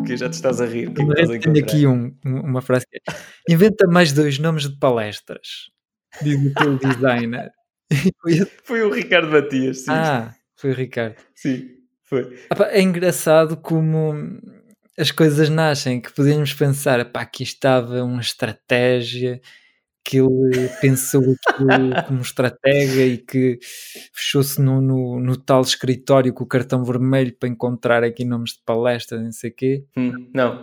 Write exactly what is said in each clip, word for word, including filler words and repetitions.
Que já te estás a rir. Que estás a tenho aqui um, uma frase que é: inventa mais dois nomes de palestras, diz o teu designer. Foi o Ricardo Matias, sim. Ah, foi o Ricardo. Sim, foi. Epá, é engraçado como as coisas nascem, que podíamos pensar, pá, aqui estava uma estratégia, que ele pensou aquilo como estratega e que fechou-se no, no, no tal escritório com o cartão vermelho para encontrar aqui nomes de palestras, não sei o quê. Hum, não.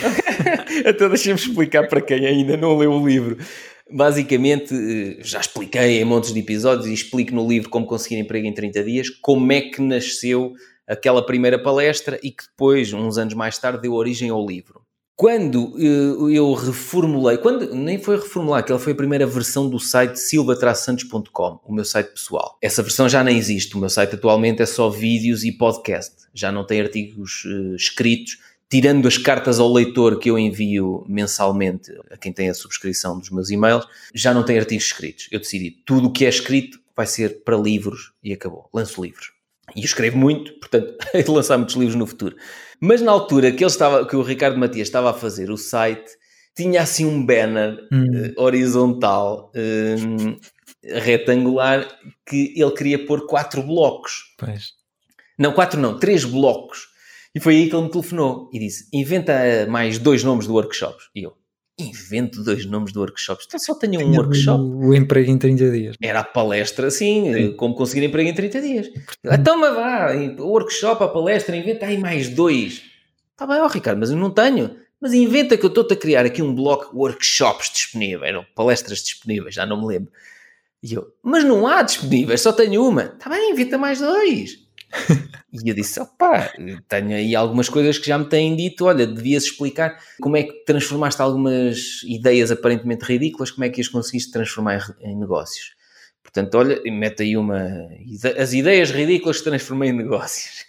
Então deixa-me explicar para quem ainda não leu o livro. Basicamente, já expliquei em montes de episódios e explico no livro Como Conseguir Emprego em trinta dias, como é que nasceu aquela primeira palestra e que depois, uns anos mais tarde, deu origem ao livro. Quando eu, eu reformulei, quando nem foi reformular, aquela foi a primeira versão do site silva traço santos ponto com, o meu site pessoal. Essa versão já nem existe, o meu site atualmente é só vídeos e podcast, já não tem artigos uh, escritos, tirando as cartas ao leitor que eu envio mensalmente a quem tem a subscrição dos meus e-mails, já não tem artigos escritos. Eu decidi, tudo o que é escrito vai ser para livros e acabou, lanço livros. E eu escrevo muito, portanto, hei de lançar muitos livros no futuro. Mas na altura que, ele estava, que o Ricardo Matias estava a fazer o site, tinha assim um banner hum. uh, horizontal, um, retangular, que ele queria pôr quatro blocos. Pois. Não, quatro não, três blocos. E foi aí que ele me telefonou e disse, inventa mais dois nomes do workshop. E eu, invento dois nomes do workshop? Então só tenho um workshop. O, o emprego em trinta dias. Era a palestra, sim, sim. Como conseguir emprego em trinta dias. Então, mas vá, o workshop, a palestra, inventa aí mais dois. Está bem, ó Ricardo, mas eu não tenho. Mas inventa que eu estou-te a criar aqui um bloco workshops disponíveis. Eram palestras disponíveis, já não me lembro. E eu, mas não há disponíveis, só tenho uma. Está bem, inventa mais dois. E eu disse, opá, tenho aí algumas coisas que já me têm dito, olha, devias explicar como é que transformaste algumas ideias aparentemente ridículas, como é que as conseguiste transformar em negócios. Portanto, olha, mete aí uma... as ideias ridículas que transformei em negócios.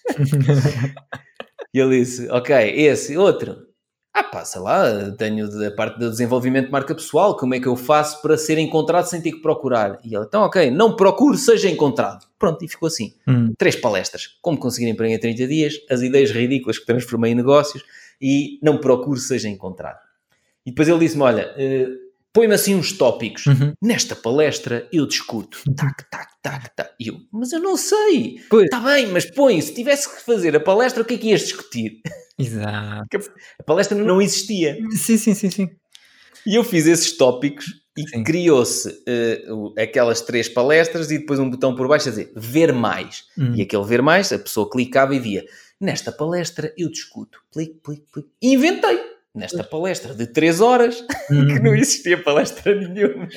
E ele disse, ok, esse, outro. Ah pá, sei lá, tenho a parte do desenvolvimento de marca pessoal, como é que eu faço para ser encontrado sem ter que procurar? E ele, então ok, não procure, seja encontrado. Pronto, e ficou assim. Hum. Três palestras. Como conseguir emprego em trinta dias, as ideias ridículas que transformei em negócios e não procure, seja encontrado. E depois ele disse-me, olha, uh, põe-me assim uns tópicos. Uhum. Nesta palestra eu discuto. Tac, tac, tac, tac. E eu, mas eu não sei. Está bem, mas põe, se tivesse que fazer a palestra, o que é que ias discutir? Exato. A palestra não existia. Sim, sim, sim, sim. E eu fiz esses tópicos e sim. criou-se uh, aquelas três palestras e depois um botão por baixo a dizer ver mais. Hum. E aquele ver mais, a pessoa clicava e via, nesta palestra eu discuto. Plique, plique, plique. E inventei. Nesta palestra de três horas, hum. que não existia palestra nenhuma.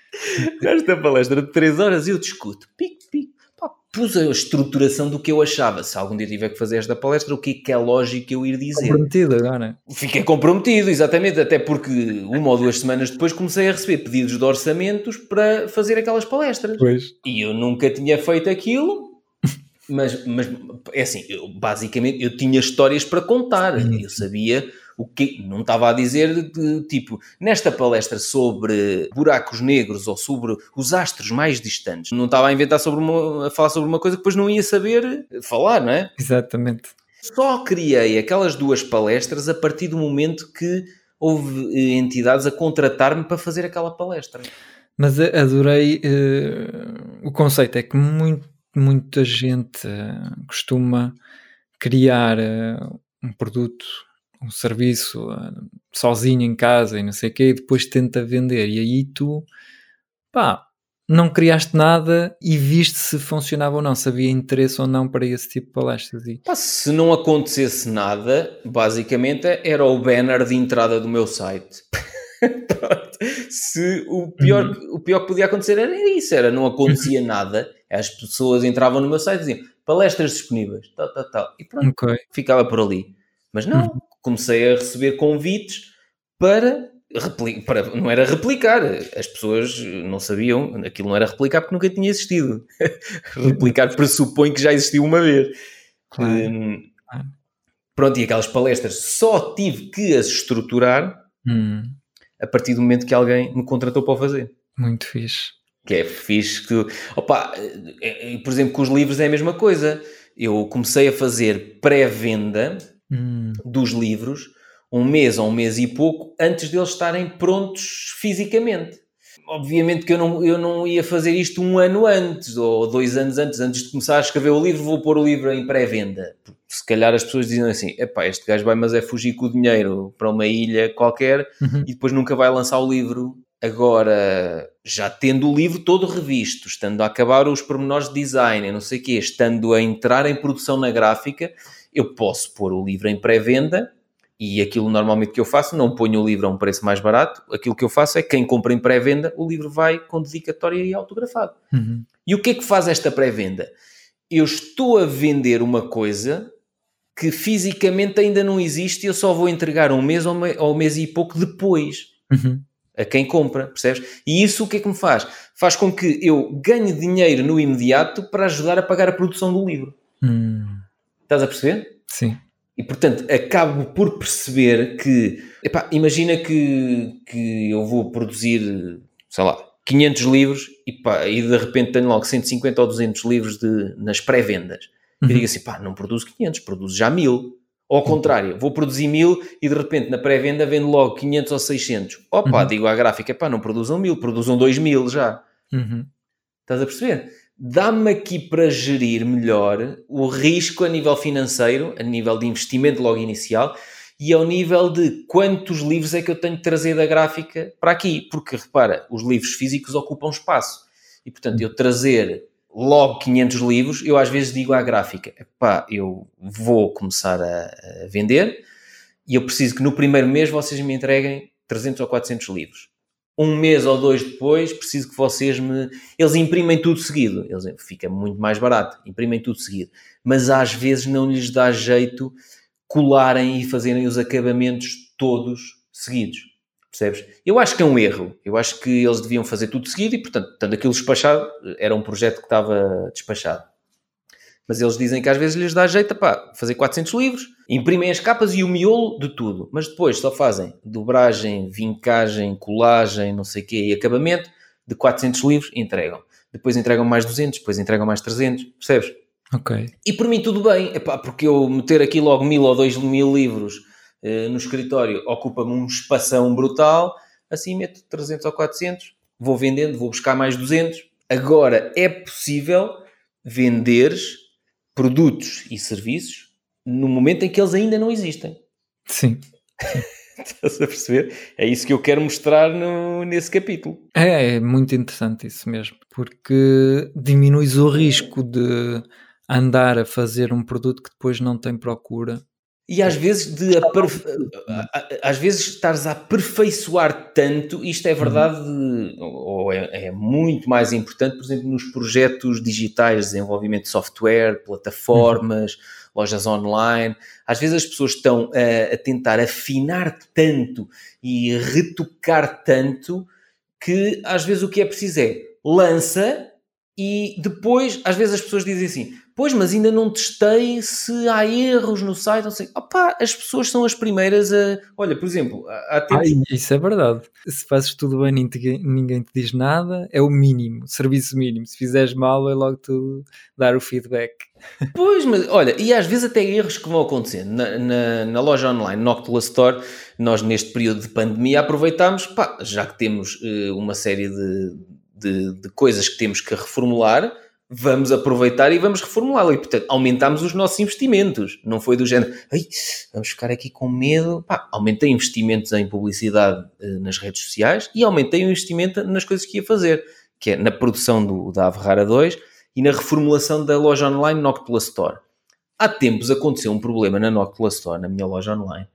Nesta palestra de três horas eu discuto. Pique, pique. Pus a estruturação do que eu achava. Se algum dia tiver que fazer esta palestra, o que é que é lógico eu ir dizer? Comprometido agora. Fiquei comprometido, exatamente, até porque uma ou duas semanas depois comecei a receber pedidos de orçamentos para fazer aquelas palestras. Pois. E eu nunca tinha feito aquilo, mas, mas é assim, eu, basicamente eu tinha histórias para contar. Hum. Eu sabia... O que não estava a dizer de, de, tipo, nesta palestra sobre buracos negros ou sobre os astros mais distantes, não estava a inventar sobre uma, a falar sobre uma coisa que depois não ia saber falar, não é? Exatamente. Só criei aquelas duas palestras a partir do momento que houve entidades a contratar-me para fazer aquela palestra. Mas adorei uh, o conceito, é que muito, muita gente uh, costuma criar uh, um produto, um serviço uh, sozinho em casa e não sei o quê, e depois tenta vender. E aí tu, pá, não criaste nada e viste se funcionava ou não, se havia interesse ou não para esse tipo de palestras. E... Pá, se não acontecesse nada, basicamente era o banner de entrada do meu site. Se o pior, uhum. o pior que podia acontecer era isso, era não acontecia nada, as pessoas entravam no meu site e diziam palestras disponíveis, tal, tal, tal, e pronto, okay. Ficava por ali. Mas não, uhum. Comecei a receber convites para, para, não era replicar, as pessoas não sabiam, aquilo não era replicar porque nunca tinha existido. Replicar pressupõe que já existiu uma vez. Claro. Hum, pronto, e aquelas palestras só tive que as estruturar hum. a partir do momento que alguém me contratou para o fazer. Muito fixe. Que é fixe que... Opa, por exemplo, com os livros é a mesma coisa. Eu comecei a fazer pré-venda... hum. dos livros, um mês ou um mês e pouco, antes deles estarem prontos fisicamente. Obviamente que eu não, eu não ia fazer isto um ano antes, ou dois anos antes, antes de começar a escrever o livro, vou pôr o livro em pré-venda. Porque se calhar as pessoas dizem assim, epá, este gajo vai mas é fugir com o dinheiro para uma ilha qualquer, Uhum. e depois nunca vai lançar o livro. Agora, já tendo o livro todo revisto, estando a acabar os pormenores de design, não sei o quê, estando a entrar em produção na gráfica, eu posso pôr o livro em pré-venda. E aquilo normalmente que eu faço, não ponho o livro a um preço mais barato, aquilo que eu faço é que quem compra em pré-venda, o livro vai com dedicatória e autografado. Uhum. E o que é que faz esta pré-venda? Eu estou a vender uma coisa que fisicamente ainda não existe e eu só vou entregar um mês ou um mês e pouco depois Uhum. a quem compra, percebes? E isso o que é que me faz? Faz com que eu ganhe dinheiro no imediato para ajudar a pagar a produção do livro. Hum. Estás a perceber? Sim. E, portanto, acabo por perceber que... Epá, imagina que, que eu vou produzir, sei lá, quinhentos livros e, pá, e de repente tenho logo cento e cinquenta ou duzentos livros de, nas pré-vendas. Uhum. Eu digo assim, pá, não produzo quinhentos, produzo já mil. Ou ao contrário, vou produzir mil e de repente na pré-venda vendo logo quinhentos ou seiscentos. Opa, Uhum. digo à gráfica, pá, não produzam mil, produzam dois mil já. Uhum. Estás a perceber? Dá-me aqui para gerir melhor o risco a nível financeiro, a nível de investimento logo inicial e ao nível de quantos livros é que eu tenho de trazer da gráfica para aqui. Porque, repara, os livros físicos ocupam espaço. E, portanto, eu trazer logo quinhentos livros, eu às vezes digo à gráfica, pá, eu vou começar a, a vender e eu preciso que no primeiro mês vocês me entreguem trezentos ou quatrocentos livros. Um mês ou dois depois, preciso que vocês me... Eles imprimem tudo seguido. Eles... Fica muito mais barato. Imprimem tudo seguido. Mas às vezes não lhes dá jeito colarem e fazerem os acabamentos todos seguidos. Percebes? Eu acho que é um erro. Eu acho que eles deviam fazer tudo seguido e, portanto, tanto aquilo despachado, era um projeto que estava despachado. Mas eles dizem que às vezes lhes dá jeito a fazer quatrocentos livros, imprimem as capas e o miolo de tudo, mas depois só fazem dobragem, vincagem, colagem, não sei o quê, e acabamento de quatrocentos livros e entregam. Depois entregam mais duzentos, depois entregam mais trezentos, percebes? Ok. E por mim tudo bem, epá, porque eu meter aqui logo mil ou dois mil livros eh, no escritório ocupa-me um espação brutal, assim meto trezentos ou quatrocentos, vou vendendo, vou buscar mais duzentos. Agora é possível venderes produtos e serviços no momento em que eles ainda não existem. Sim. Estás a perceber? É isso que eu quero mostrar no, nesse capítulo. É, é muito interessante isso mesmo, porque diminuis o risco de andar a fazer um produto que depois não tem procura. E às vezes, de aperfe... às vezes estares a aperfeiçoar tanto, isto é verdade, uhum. ou é, é muito mais importante, por exemplo, nos projetos digitais, desenvolvimento de software, plataformas, uhum. lojas online. Às vezes as pessoas estão a, a tentar afinar tanto e retocar tanto que às vezes o que é preciso é lança e depois, às vezes as pessoas dizem assim, pois, mas ainda não testei se há erros no site, não sei. Opá, as pessoas são as primeiras a... Olha, por exemplo, há tempos... Ai, isso é verdade. Se fazes tudo bem, ninguém, ninguém te diz nada, é o mínimo, serviço mínimo. Se fizeres mal, é logo tu dar o feedback. Pois, mas olha, e às vezes até erros que vão acontecendo. Na, na, na loja online Noctula Store, nós neste período de pandemia aproveitámos, pá, já que temos uh, uma série de, de, de coisas que temos que reformular, vamos aproveitar e vamos reformulá-lo. E, portanto, aumentámos os nossos investimentos. Não foi do género, ai, vamos ficar aqui com medo. Pá, aumentei investimentos em publicidade eh, nas redes sociais e aumentei o investimento nas coisas que ia fazer, que é na produção do, da Ave Rara dois e na reformulação da loja online Noctula Store. Há tempos aconteceu um problema na Noctula Store, na minha loja online,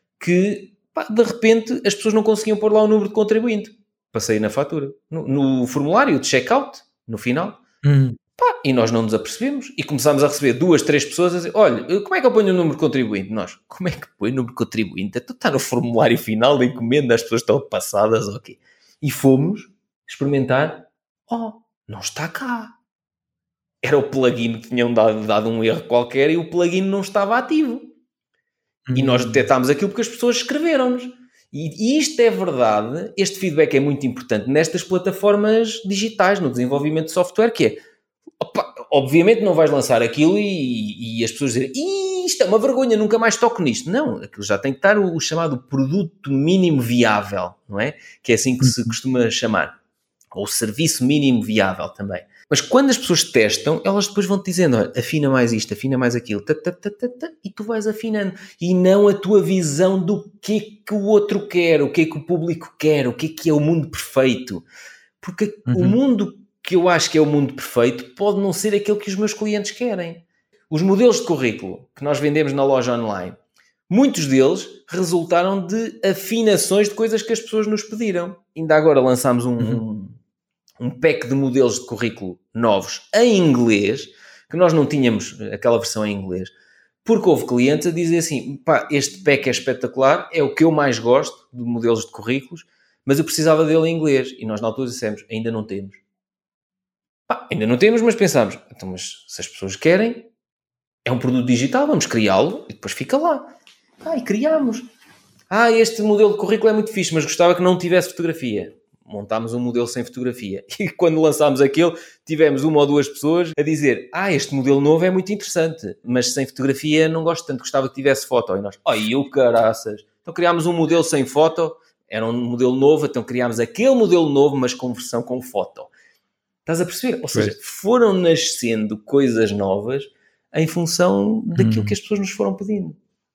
que, pá, de repente, as pessoas não conseguiam pôr lá o número de contribuinte. Passei na fatura. No, no formulário de checkout, no final... Hum. Pá, e nós não nos apercebemos e começámos a receber duas, três pessoas a dizer, olha, como é que eu ponho o número de contribuinte? Nós, como é que põe o número de contribuinte? Tu está no formulário final da encomenda, as pessoas estão passadas, ok. E fomos experimentar, oh, não está cá. Era o plugin que tinham dado, dado um erro qualquer e o plugin não estava ativo. Hum. E nós detectámos aquilo porque as pessoas escreveram-nos. E, e isto é verdade, este feedback é muito importante nestas plataformas digitais, no desenvolvimento de software, que é, opa, obviamente não vais lançar aquilo e, e as pessoas dizem, isto é uma vergonha, nunca mais toco nisto. Não, aquilo já tem que estar o, o chamado produto mínimo viável, não é? Que é assim que se costuma chamar. Ou serviço mínimo viável também. Mas quando as pessoas testam, elas depois vão-te dizendo, olha, afina mais isto, afina mais aquilo, tá, tá, tá, tá, tá, e tu vais afinando. E não a tua visão do que é que o outro quer, o que é que o público quer, o que é que é o mundo perfeito. Porque uhum. o mundo que eu acho que é o mundo perfeito pode não ser aquele que os meus clientes querem. Os modelos de currículo que nós vendemos na loja online, muitos deles resultaram de afinações de coisas que as pessoas nos pediram. Ainda agora lançámos um, uhum. um, um pack de modelos de currículo novos em inglês, que nós não tínhamos aquela versão em inglês, porque houve clientes a dizer assim, pá, este pack é espetacular, é o que eu mais gosto de modelos de currículos, mas eu precisava dele em inglês. E nós na altura dissemos, ainda não temos. Pá, ainda não temos, mas pensámos, então, mas se as pessoas querem, é um produto digital, vamos criá-lo e depois fica lá. Ah, e criámos. Ah, este modelo de currículo é muito fixe, mas gostava que não tivesse fotografia. Montámos um modelo sem fotografia. E quando lançámos aquele, tivemos uma ou duas pessoas a dizer, ah, este modelo novo é muito interessante, mas sem fotografia não gosto tanto, gostava que tivesse foto. E nós, ai, eu caraças. Então criámos um modelo sem foto, era um modelo novo, então criámos aquele modelo novo, mas com versão com foto. Estás a perceber? Ou seja, foram nascendo coisas novas em função daquilo hum. que as pessoas nos foram pedindo.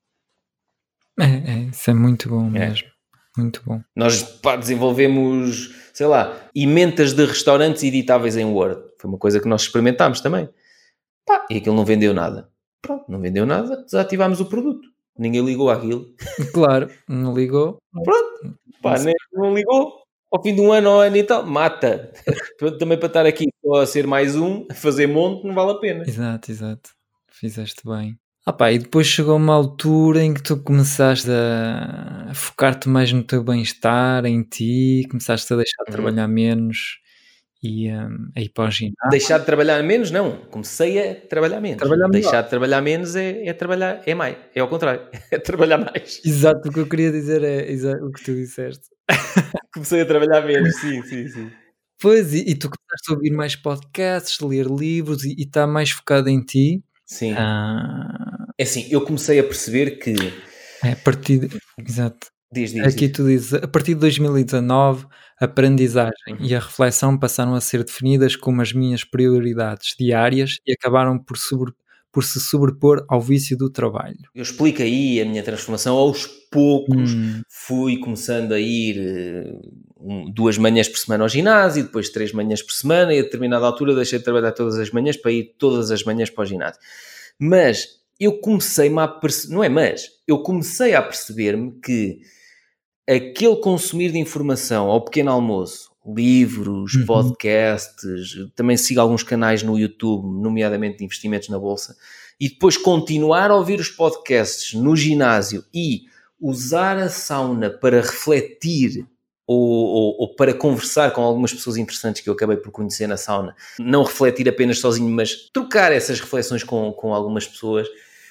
É, é, isso é muito bom mesmo. É. Muito bom. Nós pá, desenvolvemos, sei lá, emendas de restaurantes editáveis em Word. Foi uma coisa que nós experimentámos também. Pá, e aquilo não vendeu nada. Pronto, não vendeu nada, desativámos o produto. Ninguém ligou àquilo. Claro, não ligou. Pronto, pá, nem, não ligou. Ao fim de um ano ou ano e tal, mata. Também para estar aqui só a ser mais um, a fazer monte, não vale a pena. Exato, exato. Fizeste bem. Ah pá, e depois chegou uma altura em que tu começaste a focar-te mais no teu bem-estar, em ti, começaste a deixar de uhum. trabalhar menos e um, a ir para o ginásio. Deixar de trabalhar menos? Não, comecei a trabalhar menos. Trabalhar deixar de trabalhar menos é, é trabalhar, é mais, é ao contrário, é trabalhar mais. Exato, o que eu queria dizer é exato o que tu disseste. Comecei a trabalhar menos, sim, sim, sim. Pois, e, e tu começaste a ouvir mais podcasts, ler livros e está mais focado em ti. Sim. Ah... É assim, eu comecei a perceber que... É, a partir de... Exato. Diz, diz, Aqui diz. tu dizes, a partir de dois mil e dezanove, a aprendizagem uhum. e a reflexão passaram a ser definidas como as minhas prioridades diárias e acabaram por, sobre... por se sobrepor ao vício do trabalho. Eu explico aí a minha transformação. Aos poucos hum. fui começando a ir um, duas manhãs por semana ao ginásio, depois três manhãs por semana, e a determinada altura deixei de trabalhar todas as manhãs para ir todas as manhãs para o ginásio. Mas eu comecei-me a perceber, não é mas, eu comecei a perceber-me que aquele consumir de informação ao pequeno almoço, livros, uhum. podcasts, também sigo alguns canais no YouTube, nomeadamente de investimentos na Bolsa, e depois continuar a ouvir os podcasts no ginásio e usar a sauna para refletir ou, ou, ou para conversar com algumas pessoas interessantes que eu acabei por conhecer na sauna. Não refletir apenas sozinho, mas trocar essas reflexões com, com algumas pessoas.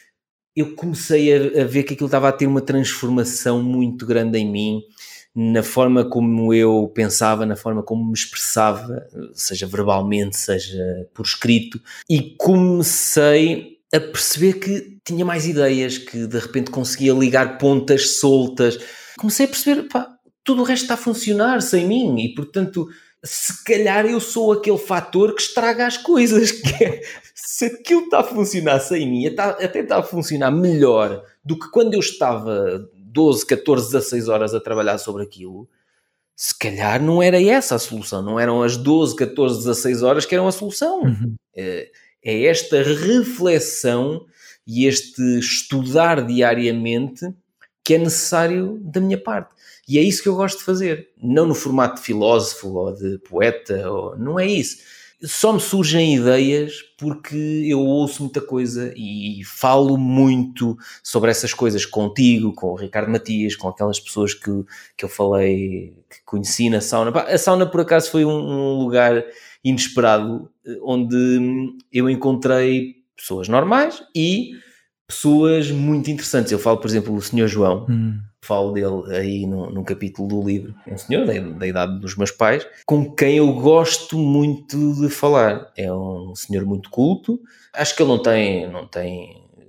Eu comecei a, a ver que aquilo estava a ter uma transformação muito grande em mim, na forma como eu pensava, na forma como me expressava, seja verbalmente, seja por escrito, e comecei a perceber que tinha mais ideias, que de repente conseguia ligar pontas soltas. Comecei a perceber, pá, tudo o resto está a funcionar sem mim e, portanto, se calhar eu sou aquele fator que estraga as coisas, que é, se aquilo está a funcionar sem mim, até está a funcionar melhor do que quando eu estava doze, catorze, dezasseis horas a trabalhar sobre aquilo, se calhar não era essa a solução, não eram as doze, catorze, dezasseis horas que eram a solução. Uhum. É, é esta reflexão e este estudar diariamente que é necessário da minha parte. E é isso que eu gosto de fazer. Não no formato de filósofo ou de poeta, ou, não é isso. Só me surgem ideias porque eu ouço muita coisa e falo muito sobre essas coisas contigo, com o Ricardo Matias, com aquelas pessoas que, que eu falei, que conheci na sauna. A sauna, por acaso, foi um, um lugar inesperado, onde eu encontrei pessoas normais e pessoas muito interessantes. Eu falo, por exemplo, o senhor João, hum. falo dele aí num, num capítulo do livro, é um senhor da, da idade dos meus pais, com quem eu gosto muito de falar. É um senhor muito culto, acho que ele não tem, não tem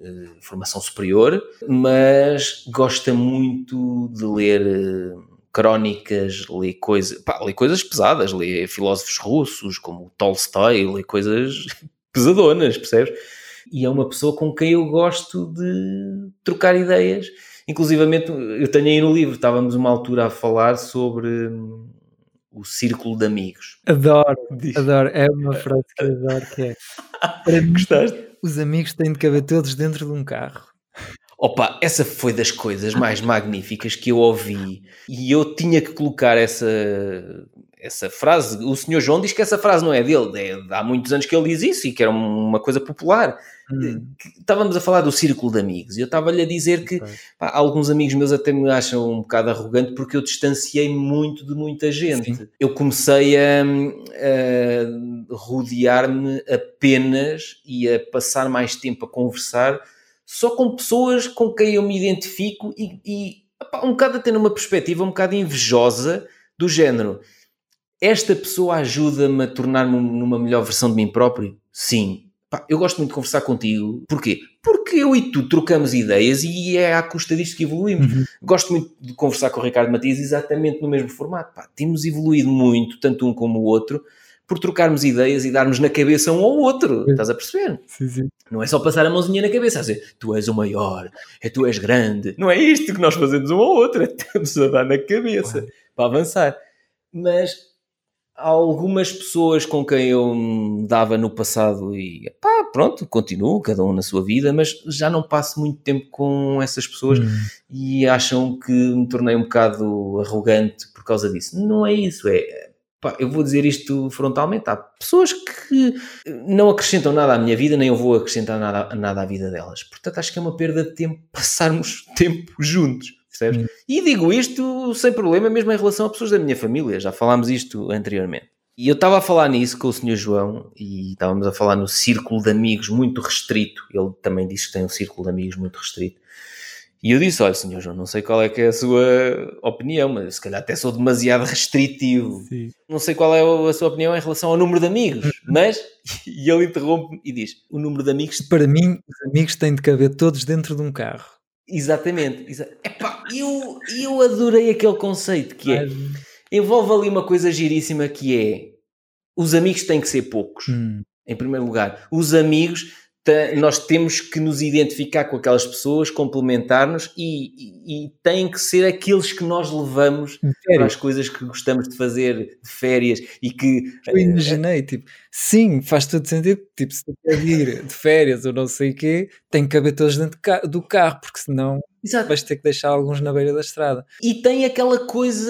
uh, formação superior, mas gosta muito de ler uh, crónicas, lê coisas, pá, lê coisas pesadas, lê filósofos russos como Tolstói, lê coisas pesadonas, percebes? E é uma pessoa com quem eu gosto de trocar ideias. Inclusivamente, eu tenho aí no livro, estávamos uma altura a falar sobre hum, o círculo de amigos. Adoro, Diz. adoro. É uma frase que eu adoro, que é... Para mim, gostaste? Os amigos têm de caber todos dentro de um carro. Opa, essa foi das coisas mais magníficas que eu ouvi. E eu tinha que colocar essa... essa frase. O senhor João diz que essa frase não é dele, é, há muitos anos que ele diz isso e que era uma coisa popular. Hum. Estávamos a falar do círculo de amigos e eu estava-lhe a dizer que pá, alguns amigos meus até me acham um bocado arrogante porque eu distanciei muito de muita gente. Sim. Eu comecei a, a rodear-me apenas e a passar mais tempo a conversar só com pessoas com quem eu me identifico e, e pá, um bocado a ter uma perspectiva um bocado invejosa do género. Esta pessoa ajuda-me a tornar-me numa melhor versão de mim próprio? Sim. Pá, eu gosto muito de conversar contigo. Porquê? Porque eu e tu trocamos ideias e é à custa disto que evoluímos. Uhum. Gosto muito de conversar com o Ricardo Matias exatamente no mesmo formato. Pá, temos evoluído muito, tanto um como o outro, por trocarmos ideias e darmos na cabeça um ao outro. Sim. Estás a perceber? Sim, sim. Não é só passar a mãozinha na cabeça a dizer tu és o maior, é tu és grande. Não é isto que nós fazemos um ao outro. É estamos a dar na cabeça Ué. para avançar. Mas... há algumas pessoas com quem eu me dava no passado e pá, pronto, continuo, cada um na sua vida, mas já não passo muito tempo com essas pessoas hum. e acham que me tornei um bocado arrogante por causa disso. Não é isso, é pá, eu vou dizer isto frontalmente, há pessoas que não acrescentam nada à minha vida, nem eu vou acrescentar nada, nada à vida delas. Portanto, acho que é uma perda de tempo passarmos tempo juntos. Hum. E digo isto sem problema mesmo em relação a pessoas da minha família, já falámos isto anteriormente. E eu estava a falar nisso com o senhor João e estávamos a falar no círculo de amigos muito restrito. Ele também disse que tem um círculo de amigos muito restrito. E eu disse, olha senhor João, não sei qual é que é a sua opinião, mas se calhar até sou demasiado restritivo. Sim. Não sei qual é a sua opinião em relação ao número de amigos, mas... E ele interrompe-me e diz, o número de amigos... Para mim, os amigos têm de caber todos dentro de um carro. Exatamente. Exa- Epá, eu, eu adorei aquele conceito que é, envolve ali uma coisa giríssima que é, os amigos têm que ser poucos, hum. em primeiro lugar. Os amigos, t- nós temos que nos identificar com aquelas pessoas, complementar-nos e, e, e têm que ser aqueles que nós levamos para as coisas que gostamos de fazer, de férias e que... Eu imaginei, uh, tipo, sim, faz todo sentido, tipo, se tu queres ir de férias ou não sei o quê, tem que caber todos dentro do carro, porque senão Exato. vais ter que deixar alguns na beira da estrada. E tem aquela coisa...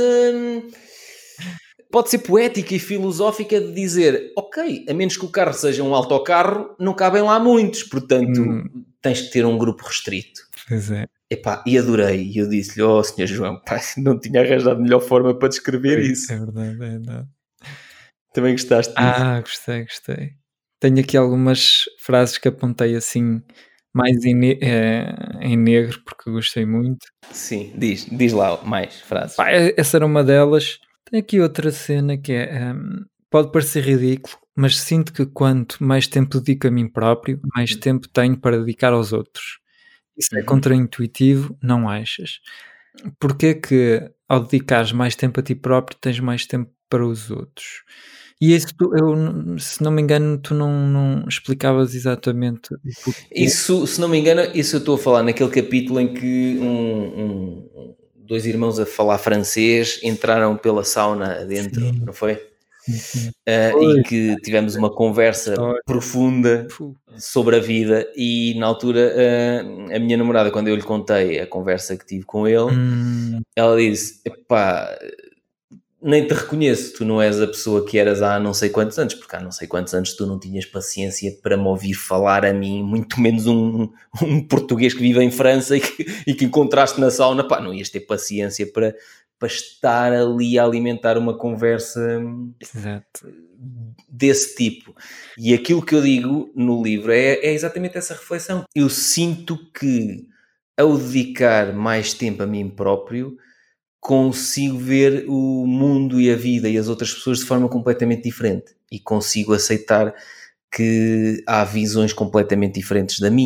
pode ser poética e filosófica de dizer, ok, a menos que o carro seja um autocarro, não cabem lá muitos, portanto, hum. tens que ter um grupo restrito. Pois é. Epá, e adorei, e eu disse-lhe, oh senhor João, pá, não tinha arranjado melhor forma para descrever é, isso. É verdade, é verdade. Também gostaste disso? Ah, gostei, gostei. Tenho aqui algumas frases que apontei assim, mais em, ne- é, em negro, porque gostei muito. Sim, diz, diz lá mais frases. Pá, essa era uma delas. Tem aqui outra cena que é, um, pode parecer ridículo, mas sinto que quanto mais tempo dedico a mim próprio, mais uhum. tempo tenho para dedicar aos outros. Isso uhum. é contraintuitivo, não achas? Porquê que ao dedicares mais tempo a ti próprio, tens mais tempo para os outros? E isso, tu, eu, se não me engano, tu não, não explicavas exatamente o porquê. Isso, se não me engano, isso eu estou a falar naquele capítulo em que um... um... dois irmãos a falar francês entraram pela sauna adentro, Sim. não foi? Sim. Uh, e que tivemos uma conversa História. profunda sobre a vida e na altura uh, a minha namorada, quando eu lhe contei a conversa que tive com ele, hum. ela disse, epá, nem te reconheço, tu não és a pessoa que eras há não sei quantos anos, porque há não sei quantos anos tu não tinhas paciência para me ouvir falar a mim, muito menos um, um português que vive em França e que, e que encontraste na sauna, pá, não ias ter paciência para, para estar ali a alimentar uma conversa Exato. desse tipo. E aquilo que eu digo no livro é, é exatamente essa reflexão. Eu sinto que ao dedicar mais tempo a mim próprio, consigo ver o mundo e a vida e as outras pessoas de forma completamente diferente e consigo aceitar que há visões completamente diferentes da minha,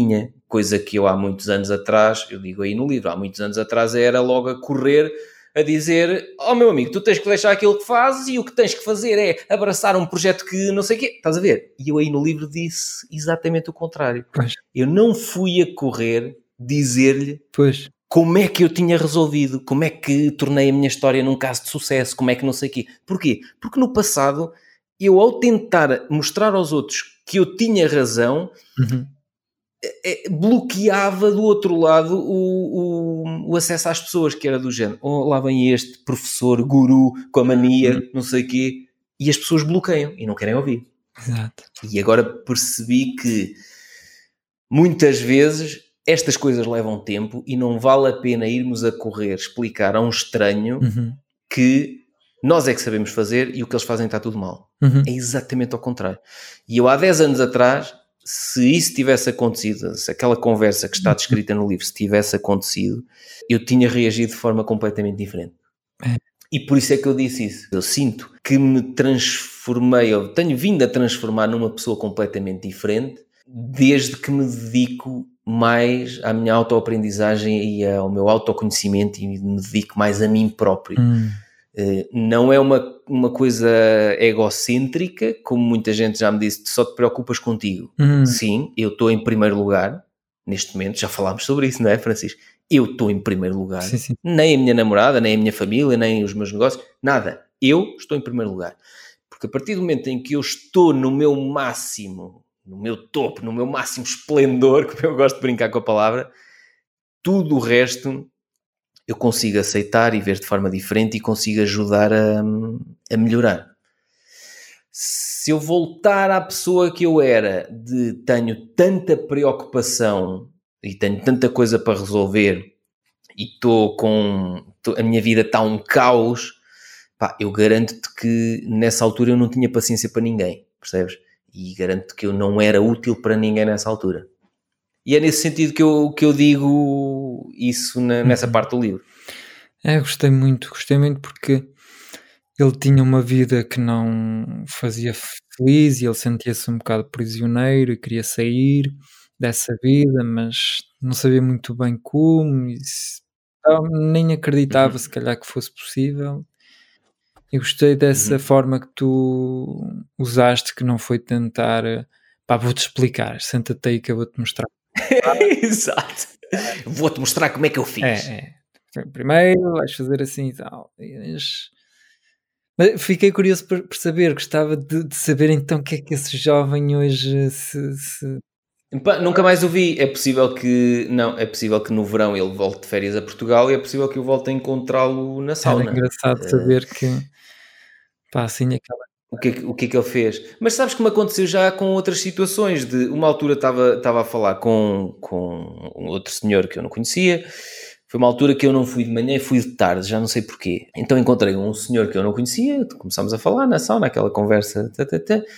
coisa que eu há muitos anos atrás, eu digo aí no livro, há muitos anos atrás era logo a correr a dizer, ó oh, meu amigo, tu tens que deixar aquilo que fazes e o que tens que fazer é abraçar um projeto que não sei o quê, estás a ver? E eu aí no livro disse exatamente o contrário. Pois. Eu não fui a correr dizer-lhe Pois. como é que eu tinha resolvido, como é que tornei a minha história num caso de sucesso, como é que não sei o quê. Porquê? Porque no passado, eu ao tentar mostrar aos outros que eu tinha razão, Uhum. bloqueava do outro lado o, o, o acesso às pessoas, que era do género, oh, lá vem este professor, guru, com a mania, uhum. não sei o quê, e as pessoas bloqueiam e não querem ouvir. Exato. E agora percebi que muitas vezes estas coisas levam tempo e não vale a pena irmos a correr explicar a um estranho uhum. que nós é que sabemos fazer e o que eles fazem está tudo mal. Uhum. É exatamente ao contrário. E eu há dez anos atrás, se isso tivesse acontecido, se aquela conversa que está descrita no livro, se tivesse acontecido, eu tinha reagido de forma completamente diferente. É. E por isso é que eu disse isso. Eu sinto que me transformei, eu tenho vindo a transformar numa pessoa completamente diferente desde que me dedico mais à minha autoaprendizagem e ao meu autoconhecimento e me dedico mais a mim próprio. Hum. Uh, não é uma, uma coisa egocêntrica, como muita gente já me disse, só te preocupas contigo. Hum. Sim, eu estou em primeiro lugar, neste momento, já falámos sobre isso, não é, Francisco? Eu estou em primeiro lugar. Sim, sim. Nem a minha namorada, nem a minha família, nem os meus negócios, nada. Eu estou em primeiro lugar. Porque a partir do momento em que eu estou no meu máximo, no meu topo, no meu máximo esplendor, como eu gosto de brincar com a palavra, tudo o resto eu consigo aceitar e ver de forma diferente e consigo ajudar a, a melhorar. Se eu voltar à pessoa que eu era, de tenho tanta preocupação e tenho tanta coisa para resolver e estou com... Tô, a minha vida está um caos, pá, eu garanto-te que nessa altura eu não tinha paciência para ninguém, percebes? E garanto-te que eu não era útil para ninguém nessa altura. E é nesse sentido que eu, que eu digo isso na, nessa uhum. parte do livro. É, gostei muito, gostei muito porque ele tinha uma vida que não fazia feliz e ele sentia-se um bocado prisioneiro e queria sair dessa vida, mas não sabia muito bem como e se, nem acreditava uhum. se calhar que fosse possível. E gostei dessa uhum. forma que tu usaste, que não foi tentar, pá, vou-te explicar, senta-te aí que eu vou-te mostrar. Exato. Vou-te mostrar como é que eu fiz. É, é. Primeiro vais fazer assim e tal. Mas fiquei curioso por, por saber, gostava de, de saber então o que é que esse jovem hoje se... se... Pá, nunca mais o vi. É possível que não, é possível que no verão ele volte de férias a Portugal e é possível que eu volte a encontrá-lo na sauna. Era engraçado uh... saber que pá, assim aquela... O que, é que, o que é que ele fez? Mas sabes que me aconteceu já com outras situações. De uma altura estava, estava a falar com, com um outro senhor que eu não conhecia. Foi uma altura que eu não fui de manhã e fui de tarde, já não sei porquê. Então encontrei um senhor que eu não conhecia, começámos a falar na sauna, aquela conversa. Tã, tã, tã.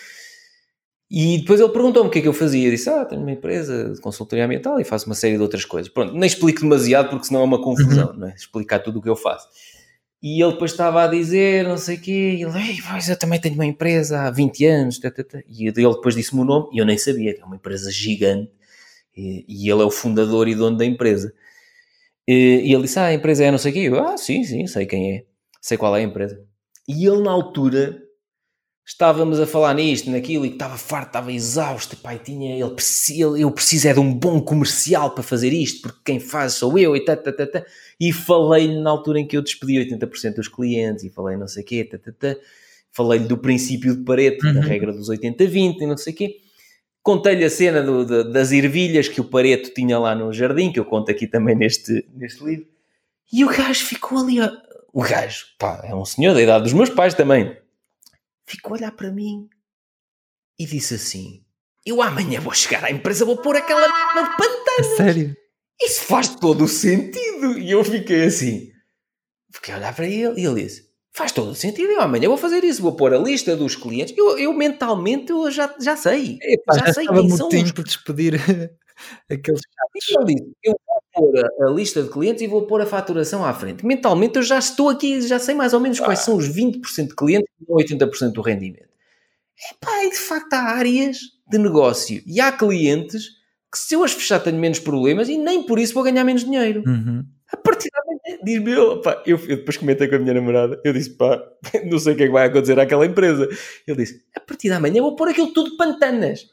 E depois ele perguntou-me o que é que eu fazia. Eu disse, ah, tenho uma empresa de consultoria ambiental e faço uma série de outras coisas. Pronto, nem explico demasiado porque senão é uma confusão, uhum. não é? Explicar tudo o que eu faço. E ele depois estava a dizer, não sei o quê, e ele, ei, pois eu também tenho uma empresa há vinte anos, tã, tã, tã. E ele depois disse-me o nome, e eu nem sabia, que é uma empresa gigante, e, e ele é o fundador e dono da empresa. E, e ele disse, ah, a empresa é não sei o quê, eu, ah, sim, sim, sei quem é, sei qual é a empresa. E ele na altura, estávamos a falar nisto, naquilo, e estava farto, estava exausto, pai, tinha, ele, ele, eu preciso é de um bom comercial para fazer isto, porque quem faz sou eu, e tá, tá, tá, tá. E falei-lhe na altura em que eu despedi oitenta por cento dos clientes, e falei não sei o quê, tá, tá, tá. Falei-lhe do princípio de Pareto, uhum. da regra dos oitenta vinte, e não sei o quê. Contei-lhe a cena do, de, das ervilhas que o Pareto tinha lá no jardim, que eu conto aqui também neste, neste livro. E o gajo ficou ali, ó. O gajo, pá, é um senhor da idade dos meus pais também. Ficou a olhar para mim e disse assim, eu amanhã vou chegar à empresa, vou pôr aquela no pantano. Sério? Isso faz todo o sentido. E eu fiquei assim, fiquei a olhar para ele e ele disse, faz todo o sentido, eu amanhã vou fazer isso, vou pôr a lista dos clientes. Eu, eu mentalmente eu já, já sei, Epá, já, já sei estava quem muito são tempo os... por despedir aqueles chatos. Eu disse, eu vou pôr a, a lista de clientes e vou pôr a faturação à frente. Mentalmente eu já estou aqui, já sei mais ou menos ah. quais são os vinte por cento de clientes e oitenta por cento do rendimento. Epá, e de facto há áreas de negócio e há clientes que se eu as fechar tenho menos problemas e nem por isso vou ganhar menos dinheiro. Uhum. A partir da manhã, diz-me eu, pá, eu, eu depois comentei com a minha namorada, eu disse, pá, não sei o que é que vai acontecer àquela empresa. Ele disse, a partir da manhã vou pôr aquilo tudo pantanas.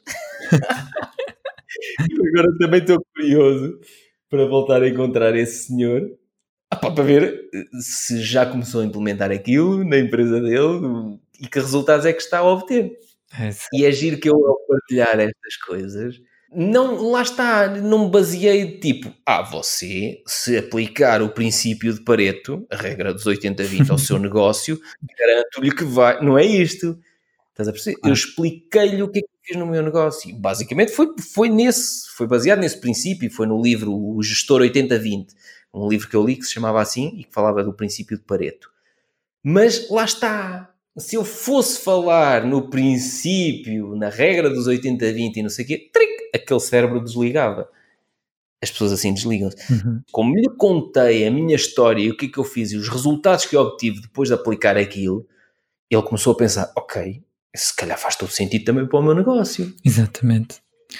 E agora também estou curioso para voltar a encontrar esse senhor, ah, pá, para ver se já começou a implementar aquilo na empresa dele e que resultados é que está a obter. É, e é giro que eu, ao partilhar estas coisas, não, lá está, não me baseei tipo, ah, você, se aplicar o princípio de Pareto, a regra dos oitenta vinte ao seu negócio, garanto-lhe que vai, não é isto. Estás a perceber? Eu expliquei-lhe o que é que eu fiz no meu negócio. Basicamente foi, foi nesse, foi baseado nesse princípio, foi no livro O Gestor oitenta vinte, um livro que eu li que se chamava assim e que falava do princípio de Pareto. Mas lá está, se eu fosse falar no princípio, na regra dos oitenta vinte e não sei o quê, tric, aquele cérebro desligava. As pessoas assim desligam-se. Uhum. Como lhe contei a minha história e o que é que eu fiz e os resultados que eu obtive depois de aplicar aquilo, ele começou a pensar, ok, se calhar faz todo sentido também para o meu negócio. Exatamente.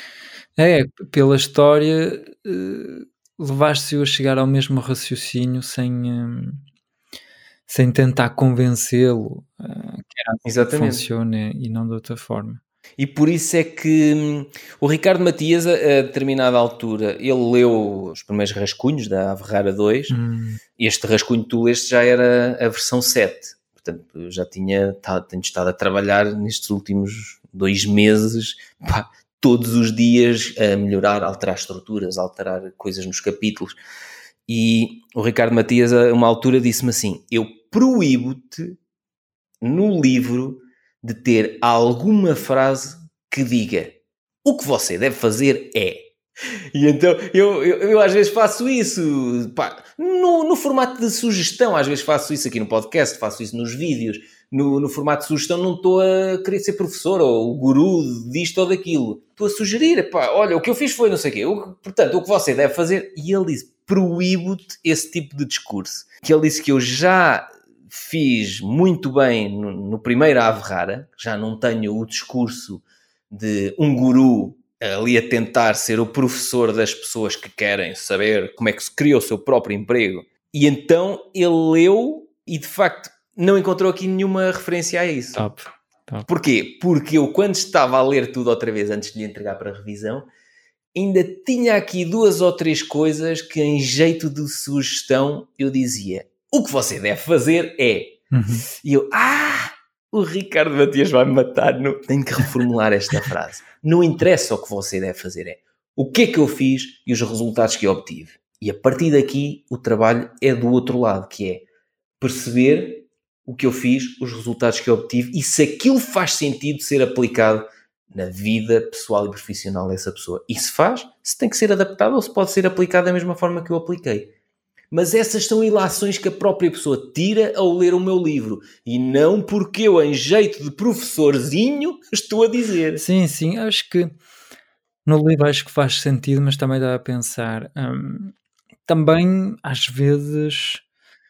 É, pela história, uh, levaste-o a chegar ao mesmo raciocínio sem, um, sem tentar convencê-lo uh, que era assim que funciona e não de outra forma. E por isso é que hum, o Ricardo Matias, a, a determinada altura, ele leu os primeiros rascunhos da Ave Rara dois, hum. e este rascunho que tu leste já era a versão sete. Portanto, eu já tinha tá, tenho estado a trabalhar nestes últimos dois meses, pá, todos os dias a melhorar, a alterar estruturas, a alterar coisas nos capítulos. E o Ricardo Matias, a uma altura, disse-me assim, eu proíbo-te no livro de ter alguma frase que diga o que você deve fazer é. E então eu, eu, eu às vezes faço isso, pá, no, no formato de sugestão, às vezes faço isso aqui no podcast, faço isso nos vídeos, no, no formato de sugestão não estou a querer ser professor ou o guru disto ou daquilo, estou a sugerir, pá, olha, o que eu fiz foi não sei o quê, o, portanto, o que você deve fazer, e ele disse, proíbo-te esse tipo de discurso, que ele disse que eu já fiz muito bem no, no primeiro Ave Rara, já não tenho o discurso de um guru ali a tentar ser o professor das pessoas que querem saber como é que se cria o seu próprio emprego. E então ele leu e de facto não encontrou aqui nenhuma referência a isso. Top, top. Porquê? Porque eu, quando estava a ler tudo outra vez antes de lhe entregar para revisão, ainda tinha aqui duas ou três coisas que em jeito de sugestão eu dizia, o que você deve fazer é... Uhum. E eu, ah, o Ricardo Matias vai me matar, não, tenho que reformular esta frase. Não interessa o que você deve fazer, é o que é que eu fiz e os resultados que eu obtive. E a partir daqui o trabalho é do outro lado, que é perceber o que eu fiz, os resultados que eu obtive e se aquilo faz sentido ser aplicado na vida pessoal e profissional dessa pessoa. E se faz, se tem que ser adaptado ou se pode ser aplicado da mesma forma que eu apliquei. Mas essas são ilações que a própria pessoa tira ao ler o meu livro. E não porque eu, em jeito de professorzinho, estou a dizer. Sim, sim. Acho que no livro acho que faz sentido, mas também dá a pensar. Hum, também, às vezes,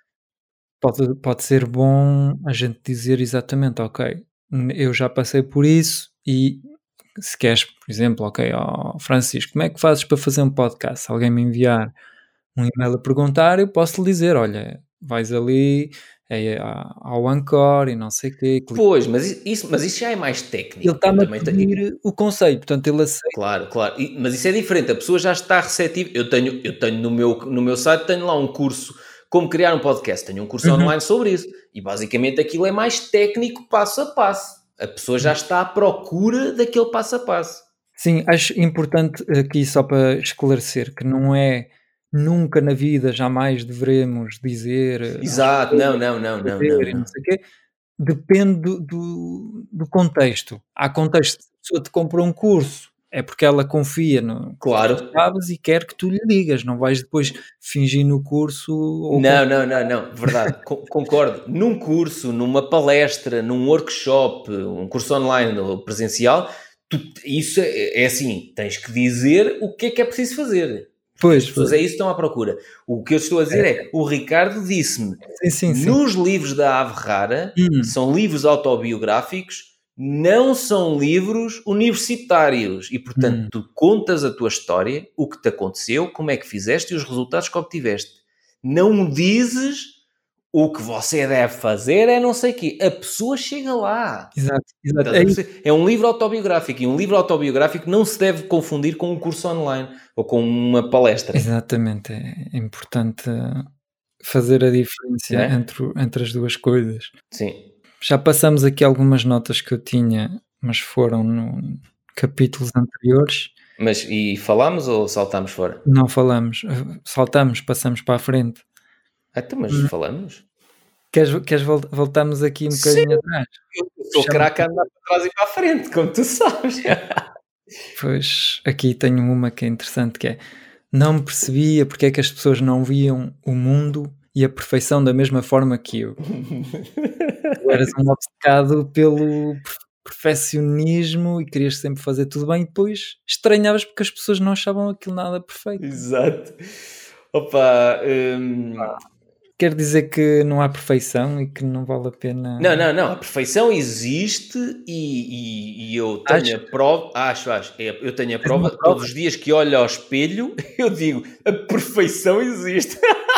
pode, pode ser bom a gente dizer exatamente, ok, eu já passei por isso e se queres, por exemplo, ok, oh, Francisco, como é que fazes para fazer um podcast? Se alguém me enviar um e-mail a perguntar, eu posso lhe dizer, olha, vais ali é, ao Anchor e não sei o quê. Clica. Pois, mas isso, mas isso já é mais técnico. Ele está-me a pedir tenho... o conceito, portanto ele aceita. Claro, claro, mas isso é diferente, a pessoa já está receptiva. Eu tenho, eu tenho no, meu, no meu site, tenho lá um curso, como criar um podcast, tenho um curso uhum. online sobre isso, e basicamente aquilo é mais técnico, passo a passo. A pessoa já está à procura daquele passo a passo. Sim, acho importante aqui só para esclarecer, que não é... Nunca na vida, jamais devemos dizer... Exato, não, não, não, não, não, não. não sei quê. Depende do, do, do contexto. Há contexto, se a pessoa te comprou um curso, é porque ela confia no claro. que tu sabes e quer que tu lhe digas. Não vais depois fingir no curso... Ou não, não, não, não, verdade, concordo. Num curso, numa palestra, num workshop, um curso online ou presencial, tu, isso é, é assim, tens que dizer o que é que é preciso fazer. Pois, as pessoas é isso que estão à procura. O que eu estou a dizer é, é o Ricardo disse-me, sim, sim, sim. nos livros da Ave Rara, hum. são livros autobiográficos, não são livros universitários. E, portanto, Hum. tu contas a tua história, o que te aconteceu, como é que fizeste e os resultados que obtiveste. Não dizes o que você deve fazer é não sei o quê. A pessoa chega lá. Exato, exato. É, é um livro autobiográfico. E um livro autobiográfico não se deve confundir com um curso online ou com uma palestra. Exatamente. É importante fazer a diferença É? entre, entre as duas coisas. Sim. Já passamos aqui algumas notas que eu tinha, mas foram no capítulos anteriores. Mas e falámos ou saltámos fora? Não falamos. Saltamos, passamos para a frente. Ah, então, mas Hum. falamos? Queres, queres vol- voltarmos aqui um bocadinho Sim. atrás? Eu sou craque a andar para trás e para a frente, como tu sabes. Pois, aqui tenho uma que é interessante, que é: não me percebia porque é que as pessoas não viam o mundo e a perfeição da mesma forma que eu. Tu eras um obcecado pelo perfeccionismo e querias sempre fazer tudo bem, e depois estranhavas porque as pessoas não achavam aquilo nada perfeito. Exato. Opa, hum... Quer dizer que não há perfeição e que não vale a pena... Não, não, não. A perfeição existe e, e, e eu tenho Acho? a prova... Acho, acho. É, eu tenho a Tens uma prova, prova? todos os dias que olho ao espelho, eu digo, a perfeição existe.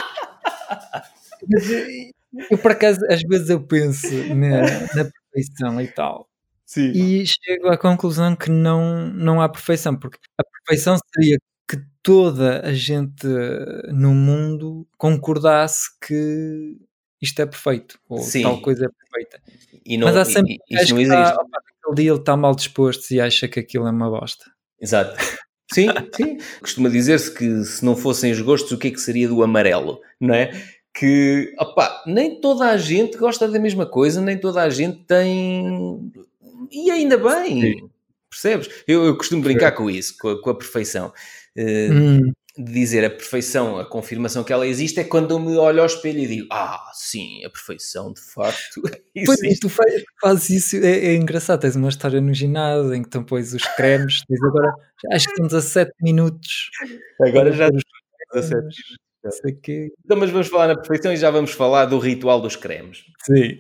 Mas eu, eu, por acaso, às vezes eu penso na, na perfeição e tal. Sim. E chego à conclusão que não, não há perfeição, porque a perfeição seria que toda a gente no mundo concordasse que isto é perfeito, ou Sim. tal coisa é perfeita. E não, Mas há sempre e, um e, gajo isso não que existe. está, opa, aquele dia ele está mal disposto e acha que aquilo é uma bosta. Exato. Sim, sim. Costuma dizer-se que se não fossem os gostos, o que é que seria do amarelo, não é? Que, opá, nem toda a gente gosta da mesma coisa, nem toda a gente tem... E ainda bem, Sim. Percebes? Eu, eu costumo brincar com isso, com a, com a perfeição. Uh, hum. De dizer a perfeição, a confirmação que ela existe é quando eu me olho ao espelho e digo, ah, sim, a perfeição de facto Pois, e existe. tu fazes, fazes isso, é, é engraçado, tens uma história no ginásio em que tu pões os cremes, tens agora, acho que são dezassete minutos. Agora já os dezassete cremes, não sei quê. Então, mas vamos falar na perfeição e já vamos falar do ritual dos cremes. Sim.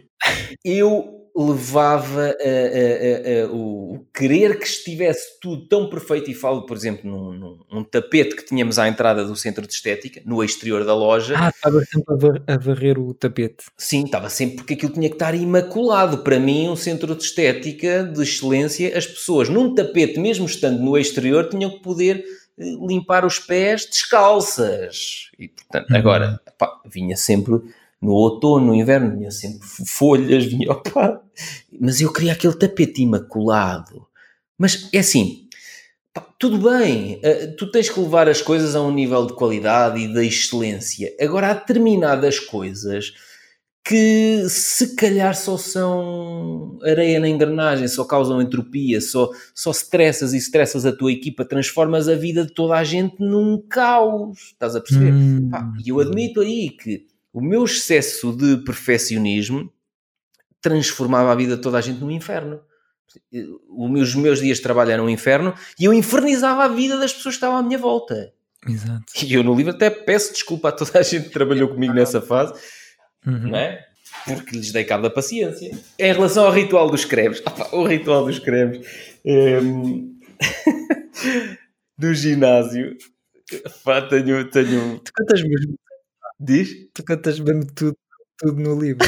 Eu levava a, a, a, a, o querer que estivesse tudo tão perfeito, e falo, por exemplo, num, num, num tapete que tínhamos à entrada do centro de estética, no exterior da loja. Ah, estava sempre a, var a varrer o tapete. Sim, estava sempre, porque aquilo tinha que estar imaculado. Para mim, um centro de estética de excelência, as pessoas num tapete, mesmo estando no exterior, tinham que poder limpar os pés descalças. E, portanto, agora, pá, vinha sempre... No outono, no inverno, vinha sempre folhas, vinha, opa, mas eu queria aquele tapete imaculado. Mas é assim, pá, tudo bem, uh, tu tens que levar as coisas a um nível de qualidade e de excelência. Agora, há determinadas coisas que se calhar só são areia na engrenagem, só causam entropia, só, só stressas e stressas a tua equipa, transformas a vida de toda a gente num caos. Estás a perceber? Hum. Pá, e eu admito aí que o meu excesso de perfeccionismo transformava a vida de toda a gente num inferno. Os meus dias de trabalho eram um inferno e eu infernizava a vida das pessoas que estavam à minha volta. Exato. E eu no livro até peço desculpa a toda a gente que trabalhou comigo nessa fase, uhum. não é? Porque lhes dei cabo da paciência. Em relação ao ritual dos cremes, opa, o ritual dos cremes um... do ginásio, opa, tenho, tenho... Tu cantas mesmo? Diz? Tu cantas mesmo tudo, tudo no livro.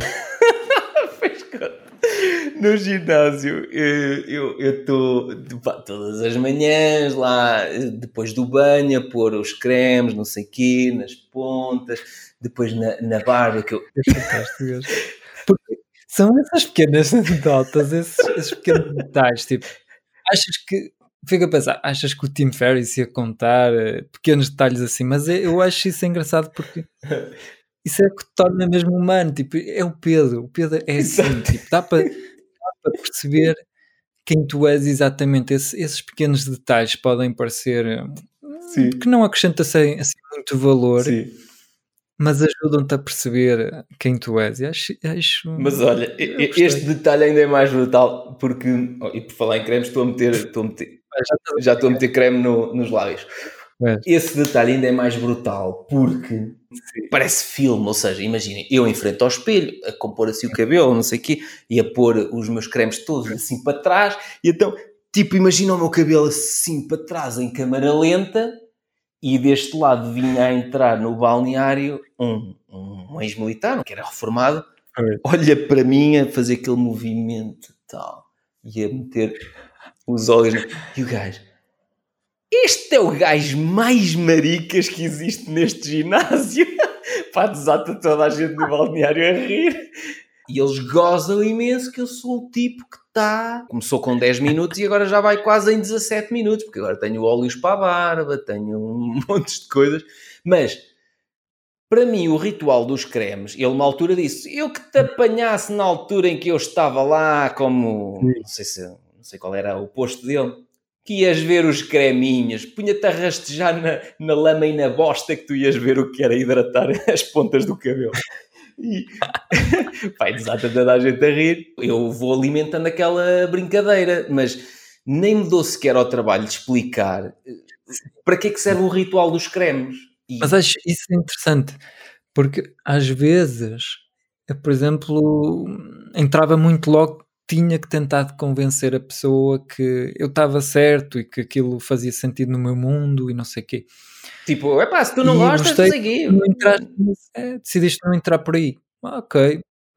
No ginásio, eu estou todas as manhãs lá, depois do banho, a pôr os cremes, não sei o quê, nas pontas, depois na, na barba que eu... É fantástico. Porque são essas pequenas notas, esses, esses pequenos detalhes, tipo, achas que... Fica a pensar, achas que o Tim Ferriss ia contar uh, pequenos detalhes assim, mas eu acho isso engraçado porque isso é que te torna mesmo humano, tipo, é o Pedro, o Pedro é assim, tipo, dá para, dá para perceber quem tu és exatamente. Esse, esses pequenos detalhes podem parecer Sim. que não acrescentam assim, assim muito valor, Sim. mas ajudam-te a perceber quem tu és. E acho, acho, mas olha, este detalhe ainda é mais brutal, porque, oh, e por falar em cremes, estou a meter, estou a meter já estou a meter creme no, nos lábios. É. Esse detalhe ainda é mais brutal, porque Sim. parece filme, ou seja, imaginem, eu em frente ao espelho, a compor assim o cabelo, não sei o quê, e a pôr os meus cremes todos assim para trás, e então, tipo, imagina o meu cabelo assim para trás em câmara lenta, e deste lado vinha a entrar no balneário um, um ex-militar, que era reformado, é. olha para mim a fazer aquele movimento e tal, e a meter os olhos, e o gajo... Este é o gajo mais maricas que existe neste ginásio. Pá, desata toda a gente no balneário a rir. E eles gozam imenso que eu sou o tipo que está... Começou com dez minutos e agora já vai quase em dezassete minutos, porque agora tenho óleos para a barba, tenho um monte de coisas. Mas, para mim, o ritual dos cremes, ele uma altura disse, eu que te apanhasse na altura em que eu estava lá, como... Não sei, se, não sei qual era o posto dele... que ias ver os creminhos, punha-te a rastejar na, na lama e na bosta que tu ias ver o que era hidratar as pontas do cabelo. E vai, desata toda a gente a rir. Eu vou alimentando aquela brincadeira, mas nem me dou sequer ao trabalho de explicar para que é que serve o ritual dos cremes. E... Mas acho isso interessante, porque às vezes, eu, por exemplo, entrava muito logo, tinha que tentar convencer a pessoa que eu estava certo e que aquilo fazia sentido no meu mundo e não sei o quê. Tipo, é pá, se tu não e gostas, não sei o quê. Não entrar, é, decidiste não entrar por aí. Ah, ok,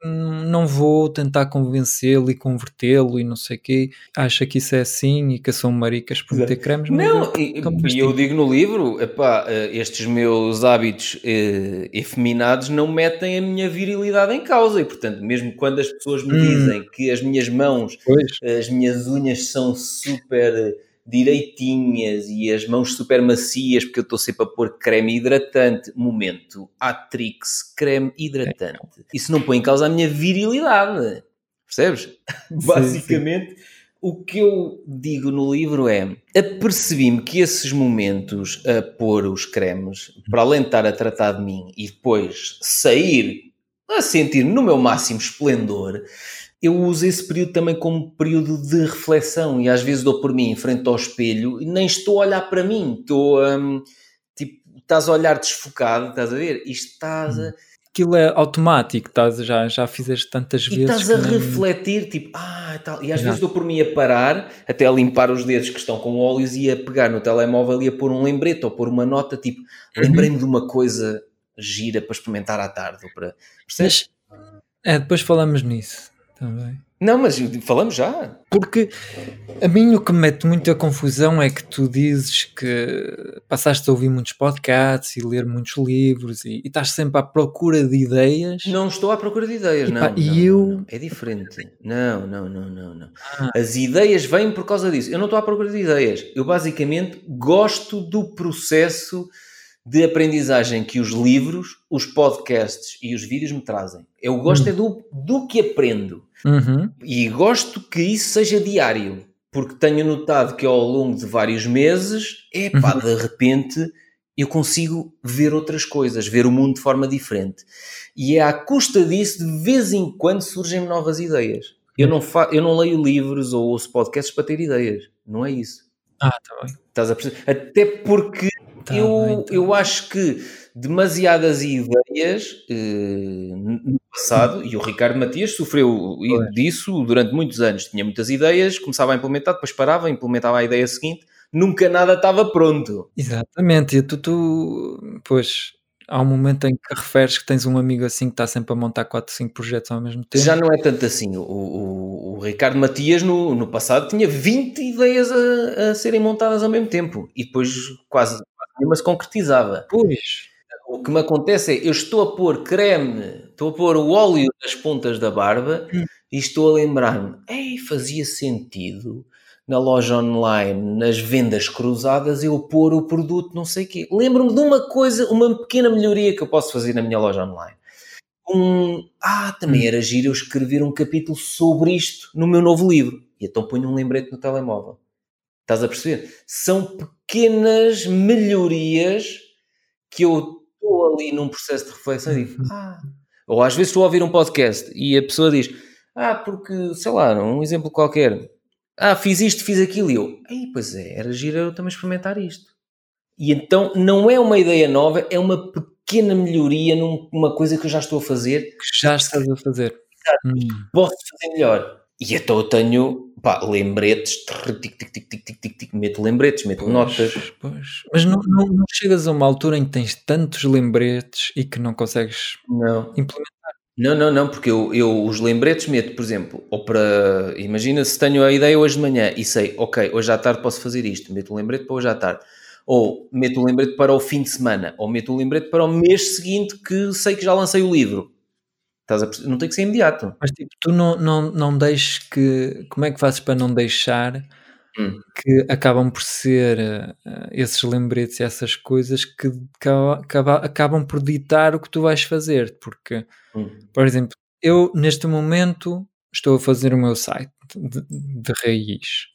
não vou tentar convencê-lo e convertê-lo e não sei o quê. Acha que isso é assim e que são maricas por meter cremes. Não, e eu, eu digo no livro, epá, estes meus hábitos eh, efeminados não metem a minha virilidade em causa e, portanto, mesmo quando as pessoas me hum. dizem que as minhas mãos, pois. as minhas unhas são super direitinhas e as mãos super macias porque eu estou sempre a pôr creme hidratante, momento, Atrix, creme hidratante. É. Isso não põe em causa a minha virilidade, percebes? Sim, Basicamente, sim. O que eu digo no livro é, apercebi-me que esses momentos a pôr os cremes, para além de estar a tratar de mim e depois sair a sentir-me no meu máximo esplendor, eu uso esse período também como período de reflexão e às vezes dou por mim em frente ao espelho e nem estou a olhar para mim, estou um, tipo, estás a olhar desfocado, estás a ver? E estás a... Aquilo é automático, estás, já, já fizeste tantas e vezes. E estás a nem... refletir, tipo, ah, tal. E às Exato. vezes dou por mim a parar, até a limpar os dedos que estão com óleos e a pegar no telemóvel e a pôr um lembrete ou pôr uma nota, tipo, uhum. lembrei-me de uma coisa gira para experimentar à tarde. Ou para... Mas, é, depois falamos nisso também. Não, mas falamos já. Porque a mim o que me mete muita confusão é que tu dizes que passaste a ouvir muitos podcasts e ler muitos livros e, e estás sempre à procura de ideias. Não estou à procura de ideias, e, não, pá, não, e eu... não, não. É diferente. Não, não, não, não, não. Ah. As ideias vêm por causa disso. Eu não estou à procura de ideias. Eu basicamente gosto do processo de aprendizagem que os livros, os podcasts e os vídeos me trazem. Eu gosto hum. é do, do que aprendo. Uhum. E gosto que isso seja diário, porque tenho notado que ao longo de vários meses, epá, uhum. de repente eu consigo ver outras coisas, ver o mundo de forma diferente. E é à custa disso, de vez em quando surgem novas ideias. Eu não, fa- eu não leio livros ou ouço podcasts para ter ideias, não é isso. Ah, está bem. Estás a perceber? Até porque tá eu, bem, tá eu acho que demasiadas ideias eh, no passado, e o Ricardo Matias sofreu Foi. disso durante muitos anos. Tinha muitas ideias, começava a implementar, depois parava, implementava a ideia seguinte, nunca nada estava pronto. Exatamente, e tu, tu pois, há um momento em que referes que tens um amigo assim que está sempre a montar quatro, cinco projetos ao mesmo tempo. Já não é tanto assim. O, o, o Ricardo Matias no, no passado tinha vinte ideias a, a serem montadas ao mesmo tempo e depois quase nenhuma se concretizava. Pois. O que me acontece é, eu estou a pôr creme, estou a pôr o óleo nas pontas da barba hum. e estou a lembrar-me, ei, fazia sentido na loja online, nas vendas cruzadas, eu pôr o produto não sei o quê. Lembro-me de uma coisa, uma pequena melhoria que eu posso fazer na minha loja online. Um, ah, também hum. era giro eu escrever um capítulo sobre isto no meu novo livro. E então ponho um lembrete no telemóvel. Estás a perceber? São pequenas melhorias que eu estou ali num processo de reflexão e digo, ah... Ou às vezes estou a ouvir um podcast e a pessoa diz, ah, porque, sei lá, um exemplo qualquer, ah, fiz isto, fiz aquilo, e eu, ei, pois é, era giro eu também experimentar isto. E então não é uma ideia nova, é uma pequena melhoria numa coisa que eu já estou a fazer. Que já estás a fazer. Hum. Posso fazer melhor. E então eu tenho, pá, lembretes, tic, tic, tic, tic, tic, tic, tic, meto lembretes, meto Pois, notas. pois. Mas não, não, não chegas a uma altura em que tens tantos lembretes e que não consegues Não. implementar. Não, não, não, porque eu, eu os lembretes meto, por exemplo, ou para, imagina se tenho a ideia hoje de manhã e sei, ok, hoje à tarde posso fazer isto, meto o lembrete para hoje à tarde. Ou meto o lembrete para o fim de semana, ou meto o lembrete para o mês seguinte que sei que já lancei o livro. Estás a perceber? Não tem que ser imediato. Mas tipo, tu não, não, não deixes que. Como é que fazes para não deixar Hum. que acabam por ser uh, esses lembretes e essas coisas que acaba, acaba, acabam por ditar o que tu vais fazer? Porque, Hum. por exemplo, eu neste momento estou a fazer o meu site de, de raiz.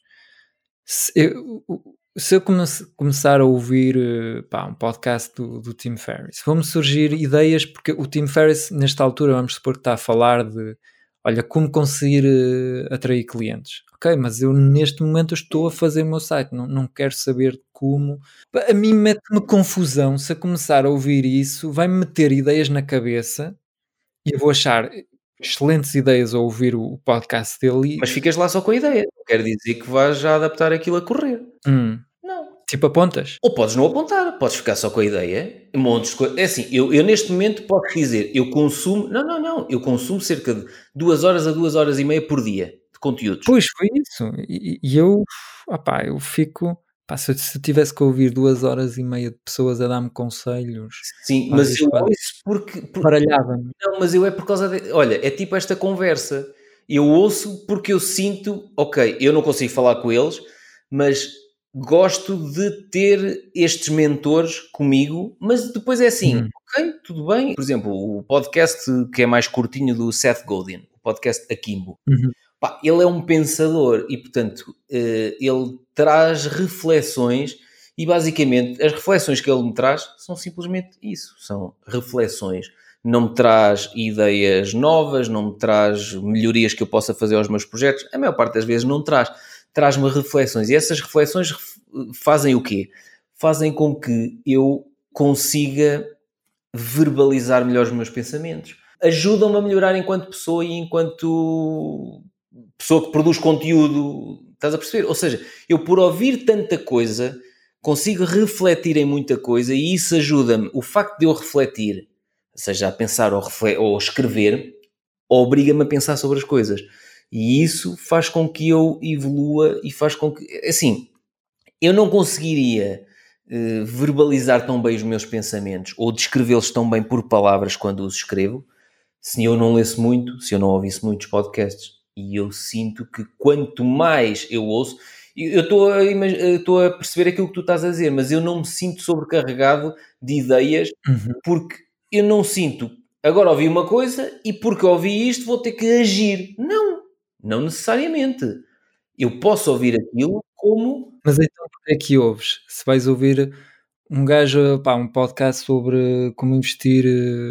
Se eu, se eu comece, começar a ouvir uh, pá, um podcast do, do Tim Ferriss, vão-me surgir ideias, porque o Tim Ferriss, nesta altura, vamos supor que está a falar de, olha, como conseguir uh, atrair clientes. Ok, mas eu neste momento estou a fazer o meu site, não, não quero saber como. A mim mete-me confusão se a começar a ouvir isso, vai-me meter ideias na cabeça e eu vou achar excelentes ideias a ouvir o, o podcast dele. Mas ficas lá só com a ideia. Não quer dizer que vais já adaptar aquilo a correr. Hum. Não. Tipo apontas? Ou podes não apontar, podes ficar só com a ideia. Montes de coisas. É assim, eu, eu neste momento posso dizer, eu consumo, não, não, não, eu consumo cerca de duas horas a duas horas e meia por dia de conteúdos. Pois, foi isso. E, e eu, opá, eu fico, pá, se, eu, se eu tivesse que ouvir duas horas e meia de pessoas a dar-me conselhos, Sim, às mas vezes eu quase ouço porque, porque baralhava-me. não, mas eu é por causa de, olha, é tipo esta conversa. Eu ouço porque eu sinto, ok, eu não consigo falar com eles, mas gosto de ter estes mentores comigo, mas depois é assim, Uhum. ok, tudo bem. Por exemplo, o podcast que é mais curtinho do Seth Godin, o podcast Akimbo. Uhum. Pá, ele é um pensador e, portanto, eh, ele traz reflexões e, basicamente, as reflexões que ele me traz são simplesmente isso, são reflexões. Não me traz ideias novas, não me traz melhorias que eu possa fazer aos meus projetos. A maior parte das vezes não traz. Traz-me reflexões. E essas reflexões fazem o quê? Fazem com que eu consiga verbalizar melhor os meus pensamentos. Ajudam-me a melhorar enquanto pessoa e enquanto pessoa que produz conteúdo. Estás a perceber? Ou seja, eu por ouvir tanta coisa consigo refletir em muita coisa e isso ajuda-me. O facto de eu refletir, seja a pensar ou, refle- ou escrever, obriga-me a pensar sobre as coisas. E isso faz com que eu evolua e faz com que... Assim, eu não conseguiria uh, verbalizar tão bem os meus pensamentos ou descrevê-los tão bem por palavras quando os escrevo se eu não lesse muito, se eu não ouvisse muitos podcasts. E eu sinto que quanto mais eu ouço... Eu estou a, estou a perceber aquilo que tu estás a dizer, mas eu não me sinto sobrecarregado de ideias Uhum. porque eu não sinto, agora ouvi uma coisa e porque ouvi isto vou ter que agir. Não, não necessariamente. Eu posso ouvir aquilo como... Mas então porque é que ouves? Se vais ouvir um gajo, pá, um podcast sobre como investir,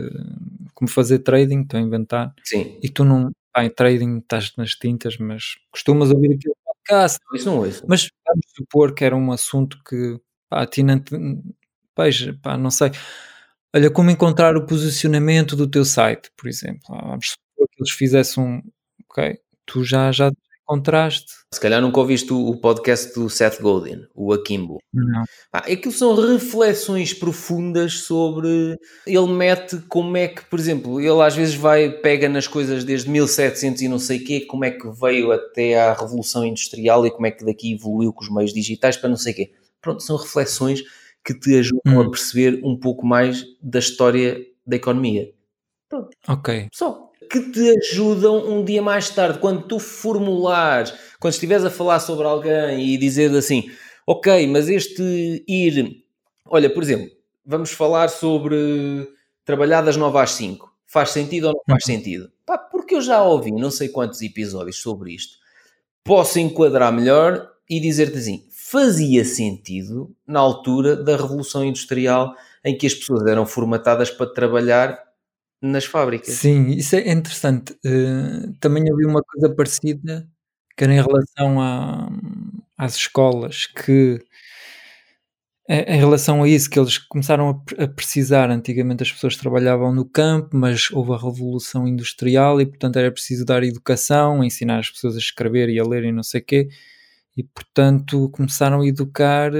eh, como fazer trading, estou a inventar, Sim, e tu não, pá, em trading estás nas tintas, mas costumas ouvir aquele podcast. isso não ouço. Mas vamos supor que era um assunto que, pá, a ti não te pois, pá, não sei. Olha, como encontrar o posicionamento do teu site, por exemplo. Ah, vamos supor que eles fizessem um ok, tu já já encontraste. Se calhar nunca ouviste o, o podcast do Seth Godin, o Akimbo. Não. Ah, aquilo são reflexões profundas sobre... Ele mete como é que, por exemplo, ele às vezes vai, pega nas coisas desde mil e setecentos e não sei o quê, como é que veio até à Revolução Industrial e como é que daqui evoluiu com os meios digitais para não sei o quê. Pronto, são reflexões que te ajudam a Hum, perceber um pouco mais da história da economia. Pronto, ok. só. Que te ajudam um dia mais tarde, quando tu formulares, quando estiveres a falar sobre alguém e dizer assim, ok, mas este ir... Olha, por exemplo, vamos falar sobre trabalhar das nove às cinco. Faz sentido ou não faz Uhum. sentido? Pá, porque eu já ouvi não sei quantos episódios sobre isto. Posso enquadrar melhor e dizer-te assim, fazia sentido na altura da Revolução Industrial em que as pessoas eram formatadas para trabalhar nas fábricas. Sim, isso é interessante. Eh, também havia uma coisa parecida, que era em relação a às escolas que em relação a isso, que eles começaram a, a precisar, antigamente as pessoas trabalhavam no campo, mas houve a revolução industrial e portanto era preciso dar educação, ensinar as pessoas a escrever e a ler e não sei o quê, e portanto começaram a educar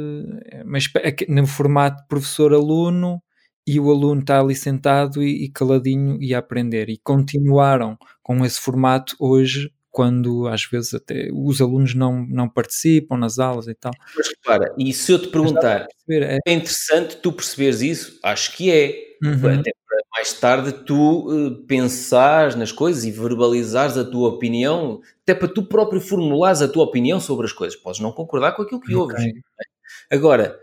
uh, mas no formato professor-aluno, e o aluno está ali sentado e, e caladinho e a aprender, e continuaram com esse formato hoje, quando às vezes até os alunos não, não participam nas aulas e tal. Mas repara, e se eu te perguntar, é... é interessante tu perceberes isso? Acho que é. Uhum. Até para mais tarde tu uh, pensares nas coisas e verbalizares a tua opinião, até para tu próprio formulares a tua opinião sobre as coisas. Podes não concordar com aquilo que ouves. Okay. Agora,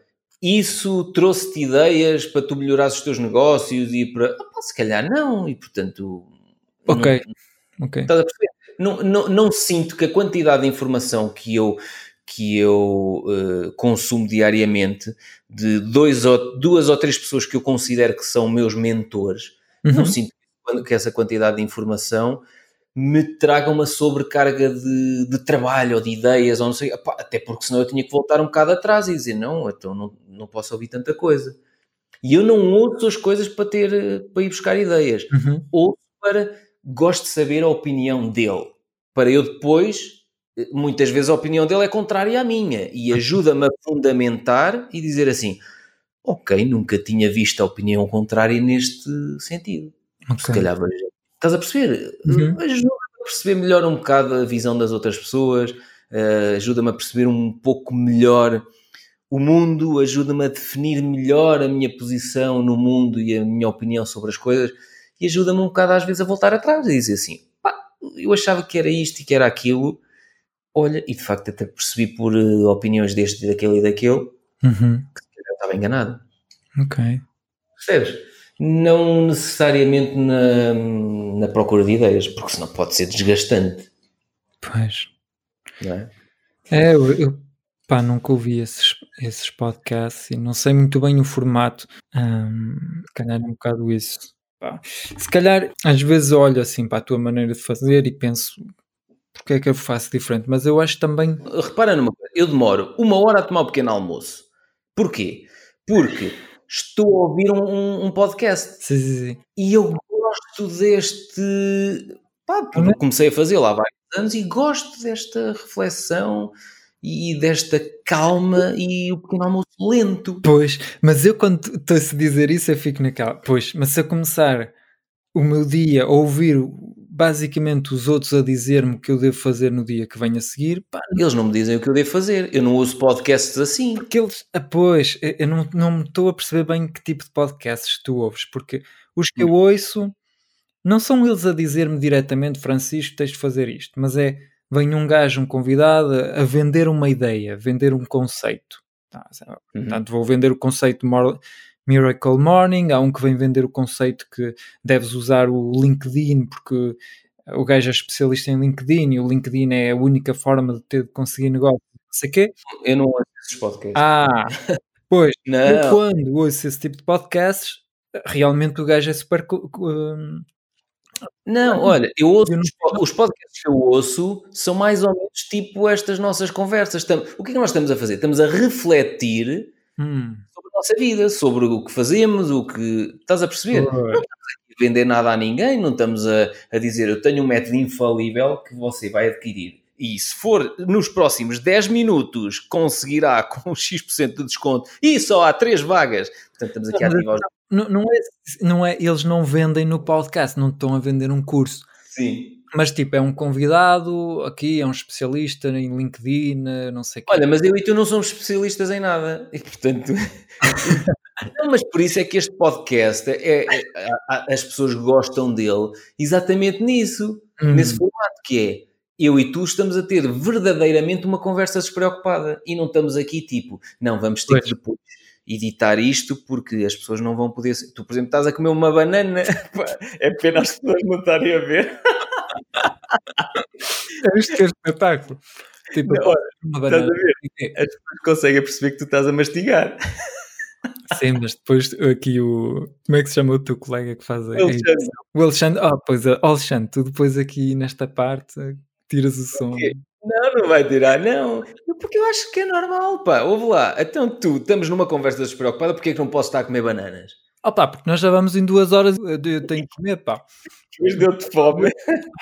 isso trouxe-te ideias para tu melhorares os teus negócios e para... Ah, se calhar não, e portanto... Ok, não, ok. Estás a perceber? Não, não, não sinto que a quantidade de informação que eu, que eu uh, consumo diariamente, de dois ou, duas ou três pessoas que eu considero que são meus mentores, uhum. não sinto que essa quantidade de informação me traga uma sobrecarga de, de trabalho ou de ideias, ou não sei, até porque senão eu tinha que voltar um bocado atrás e dizer, não, então não, não posso ouvir tanta coisa. E eu não ouço as coisas para, ter, para ir buscar ideias. Uhum. Ouço para... Gosto de saber a opinião dele, para eu depois, muitas vezes a opinião dele é contrária à minha, e ajuda-me a fundamentar e dizer assim, ok, nunca tinha visto a opinião contrária neste sentido. Okay. Se calhar, estás a perceber? Uhum. Ajuda-me a perceber melhor um bocado a visão das outras pessoas, uh, ajuda-me a perceber um pouco melhor o mundo, ajuda-me a definir melhor a minha posição no mundo e a minha opinião sobre as coisas. E ajuda-me um bocado às vezes a voltar atrás e dizer assim, pá, eu achava que era isto e que era aquilo, olha, e de facto até percebi por uh, opiniões deste, daquele e daquele, uhum. que eu estava enganado. Ok. Percebes? Não necessariamente na, na procura de ideias, porque senão pode ser desgastante. Pois. Não é? É, eu, eu pá, nunca ouvi esses, esses podcasts e não sei muito bem o formato. Hum, se calhar é um bocado isso. Pá. Se calhar, às vezes olho assim para a tua maneira de fazer e penso, porque é que eu faço diferente? Mas eu acho também... Repara numa coisa, eu demoro uma hora a tomar um pequeno almoço. Porquê? Porque estou a ouvir um, um podcast. Sim, sim, sim. E eu gosto deste... Pá, porque comecei a fazê-lo há vários anos e gosto desta reflexão e desta calma e o pequeno almoço lento. Pois, mas eu quando estou-se a dizer isso eu fico naquela, pois, mas se eu começar o meu dia a ouvir basicamente os outros a dizer-me o que eu devo fazer no dia que vem a seguir, pá, eles não me dizem o que eu devo fazer, eu não uso podcasts assim. Porque eles, ah, pois, eu não, não me estou a perceber bem que tipo de podcasts tu ouves, porque os que eu ouço não são eles a dizer-me diretamente, Francisco, tens de fazer isto, mas é... Vem um gajo, um convidado, a vender uma ideia, vender um conceito. Tá, uhum. Portanto, vou vender o conceito de Miracle Morning, há um que vem vender o conceito que deves usar o LinkedIn, porque o gajo é especialista em LinkedIn e o LinkedIn é a única forma de ter de conseguir negócio. Não sei o quê. Eu não ouço esses podcasts. Ah, pois, não. Eu quando ouço esse tipo de podcasts, realmente o gajo é super... Um, Não, olha, eu ouço, os, os podcasts que eu ouço são mais ou menos tipo estas nossas conversas. O que é que nós estamos a fazer? Estamos a refletir hum. sobre a nossa vida, sobre o que fazemos, o que... Estás a perceber? Pois. Não estamos a vender nada a ninguém, não estamos a, a dizer eu tenho um método infalível que você vai adquirir. E se for nos próximos dez minutos conseguirá com X por cento de desconto e só há três vagas. Portanto, estamos aqui a ativar os... Não, não, é, não é, eles não vendem no podcast, não estão a vender um curso. Sim. Mas tipo, é um convidado aqui, é um especialista em LinkedIn, não sei o quê. Olha, mas eu e tu não somos especialistas em nada. E portanto... não, mas por isso é que este podcast, é, é, é, as pessoas gostam dele exatamente nisso. Hum. Nesse formato que é, eu e tu estamos a ter verdadeiramente uma conversa despreocupada. E não estamos aqui tipo, não, vamos ter pois. que depois... editar isto porque as pessoas não vão poder... Tu, por exemplo, estás a comer uma banana. É pena as pessoas não estarem a ver. É isto que é espetáculo. Tipo, não, olha, uma banana. Estás a ver? As pessoas conseguem perceber que tu estás a mastigar. Sim, mas depois aqui o... Como é que se chama o teu colega que faz a... O Alexandre. O Alexandre. Ah, pois, Alexandre, tu depois aqui nesta parte tiras o som. Okay. Não, não vai tirar, não. Porque eu acho que é normal, pá. Ouve lá. Então tu, estamos numa conversa despreocupada, porque é que não posso estar a comer bananas? Ah pá, porque nós já vamos em duas horas, eu eu tenho que comer, pá. Depois deu-te fome.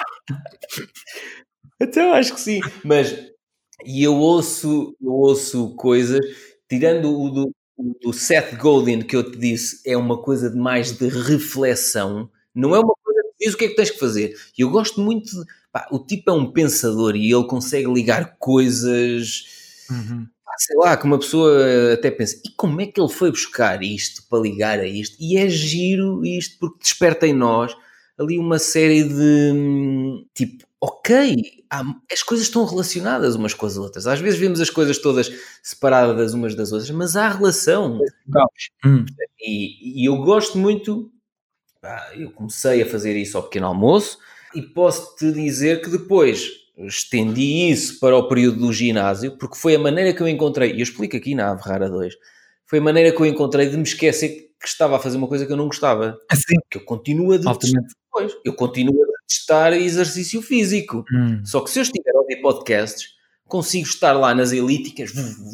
Então acho que sim. Mas, e eu ouço, eu ouço coisas, tirando o do, o do Seth Godin, que eu te disse, é uma coisa de mais de reflexão. Não é uma coisa que diz o que é que tens que fazer. E eu gosto muito de, pá, o tipo é um pensador e ele consegue ligar coisas, Uhum. pá, sei lá, que uma pessoa até pensa, e como é que ele foi buscar isto para ligar a isto? E é giro isto porque desperta em nós ali uma série de hum, tipo, ok, há- as coisas estão relacionadas umas com as outras. Às vezes vemos as coisas todas separadas umas das outras, mas há relação. Hum. E, e eu gosto muito. Pá, eu comecei a fazer isso ao pequeno almoço e posso-te dizer que depois estendi isso para o período do ginásio, porque foi a maneira que eu encontrei, e eu explico aqui na Ave Rara dois, foi a maneira que eu encontrei de me esquecer que estava a fazer uma coisa que eu não gostava. Assim, Que eu continuo a detestar, altamente. pois, eu continuo a detestar exercício físico. Hum. Só que se eu estiver a ouvir podcasts, consigo estar lá nas elípticas,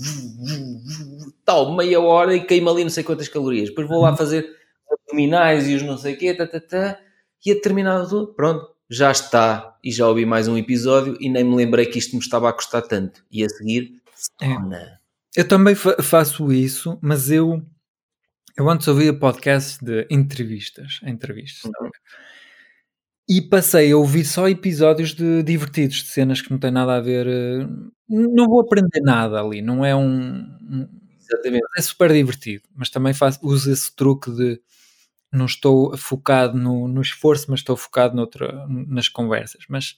tal, meia hora e queimo ali não sei quantas calorias. Depois vou lá fazer abdominais e os não sei o quê, tá, tá, tá, e a determinado tudo, pronto, já está. E já ouvi mais um episódio e nem me lembrei que isto me estava a custar tanto. E a seguir, É. sauna. Eu também fa- faço isso, mas eu, eu antes ouvia podcasts de entrevistas, entrevistas, Uhum. e passei a ouvir só episódios de divertidos, de cenas que não têm nada a ver. eh, Não vou aprender nada ali, não é um, um- Exatamente. é super divertido, mas também faço, uso esse truque de não estou focado no, no esforço, mas estou focado noutra, nas conversas. Mas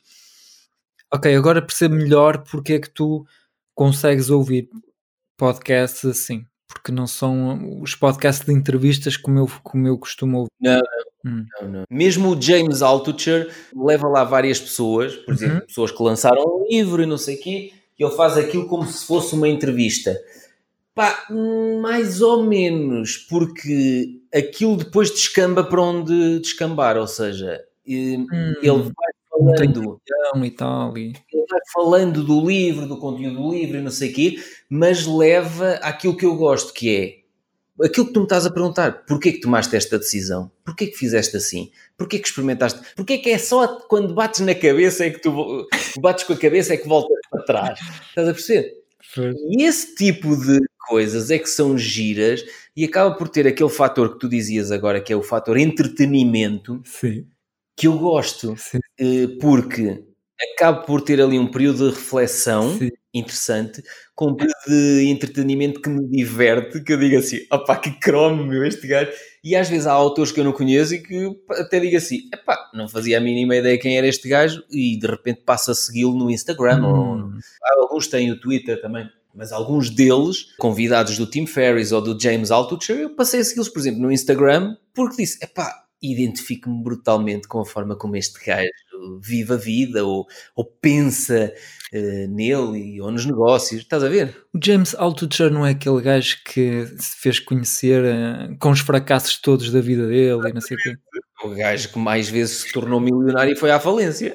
ok, agora percebo melhor porque é que tu consegues ouvir podcasts assim, porque não são os podcasts de entrevistas como eu, como eu costumo ouvir. Não, Hum. não, não. Mesmo o James Altucher leva lá várias pessoas, por Uhum. exemplo, pessoas que lançaram um livro e não sei o quê, e ele faz aquilo como se fosse uma entrevista. Pá, mais ou menos, porque aquilo depois descamba para onde descambar, ou seja, eh, ele Hum, vai não tem falando, guião e tal. E... ele vai falando do livro, do conteúdo do livro e não sei o quê, mas leva àquilo que eu gosto, que é aquilo que tu me estás a perguntar. Porquê que tomaste esta decisão? Porquê que fizeste assim? Porquê que experimentaste? Porquê que é só quando bates na cabeça é que tu bates com a cabeça é que voltas para trás? Estás a perceber? E esse tipo de coisas é que são giras e acaba por ter aquele fator que tu dizias agora, que é o fator entretenimento, Sim, que eu gosto, sim, eh, porque acabo por ter ali um período de reflexão sim. interessante, com um período de entretenimento que me diverte, que eu digo assim, opá, que cromo, meu, este gajo. E às vezes há autores que eu não conheço e que até digo assim, epá, não fazia a mínima ideia quem era este gajo e de repente passo a segui-lo no Instagram. Ou Hum. alguns têm o Twitter também. Mas alguns deles, convidados do Tim Ferriss ou do James Altucher, eu passei a segui-los, por exemplo, no Instagram, porque disse, epá, identifico-me brutalmente com a forma como este gajo vive a vida ou, ou pensa uh, nele ou nos negócios, estás a ver? O James Altucher não é aquele gajo que se fez conhecer uh, com os fracassos todos da vida dele e não sei o quê. O gajo que mais vezes se tornou milionário e foi à falência.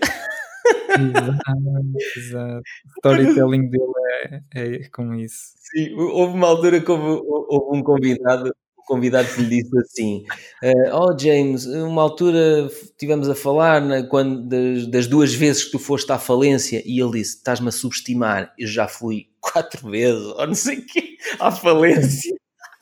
Exato, exato. O storytelling dele é, é com isso. Sim, houve uma altura que houve, houve um convidado, um convidado que lhe disse assim: uh, Oh James, uma altura estivemos a falar na, quando, das, das duas vezes que tu foste à falência, e ele disse: Estás-me a subestimar, eu já fui quatro vezes, ou não sei o quê, à falência.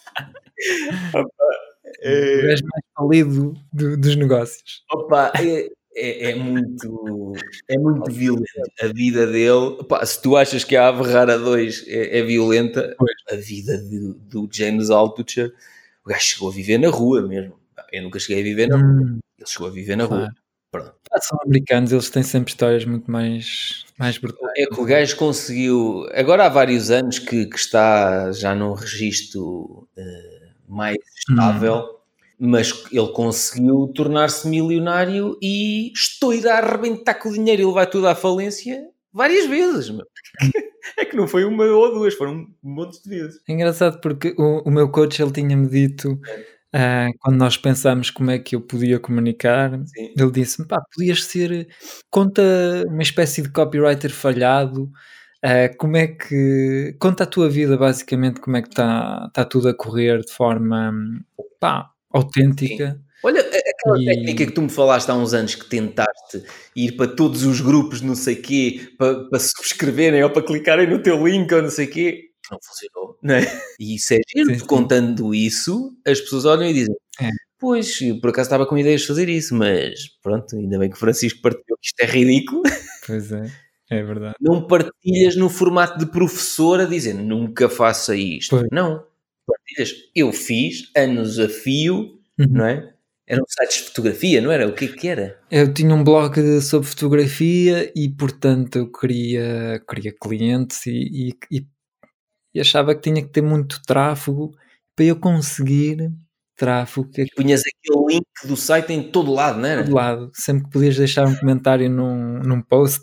Opa, é... O gajo mais falido do, dos negócios. Opa, é, é, é muito é muito violento a vida dele. Opa, se tu achas que a Ave Rara dois é, é violenta, pois. A vida de, do James Altucher, o gajo chegou a viver na rua mesmo. Eu nunca cheguei a viver na hum, rua. Ele chegou a viver na claro. rua. Pronto. São americanos, eles têm sempre histórias muito mais, mais brutais. É que o gajo conseguiu... Agora há vários anos que, que está já num registro uh, mais estável... Hum. Mas ele conseguiu tornar-se milionário e estoirar a arrebentar com o dinheiro. Ele vai tudo à falência várias vezes. Meu. É que não foi uma ou duas, foram um monte de vezes. É engraçado porque o, o meu coach, ele tinha-me dito ah, quando nós pensamos como é que eu podia comunicar, Sim. ele disse-me: "Pá, podias ser conta uma espécie de copywriter falhado, ah, como é que conta a tua vida basicamente, como é que está tá tudo a correr de forma, pá, Sim. autêntica Olha, a aquela técnica e que tu me falaste há uns anos que tentaste ir para todos os grupos, não sei quê, para para subscreverem ou para clicarem no teu link ou não sei quê, não funcionou, não é? E isso é giro, sim, tu sim. contando isso, as pessoas olham e dizem: É, "Pois, eu por acaso estava com ideias de fazer isso, mas pronto, ainda bem que o Francisco partilhou que isto é ridículo." pois é, é verdade. Não partilhas no formato de professor a dizer: "Nunca faça isto." Pois. Não, partilhas: "Eu fiz anos a fio", Uhum. não é? Eram sites de fotografia, não era? O que é que era? Eu tinha um blog sobre fotografia e, portanto, eu queria queria clientes e e e e achava que tinha que ter muito tráfego para eu conseguir tráfego que E punhas aquele link do site em todo lado, não todo era? lado, sempre que podias deixar um comentário num num post,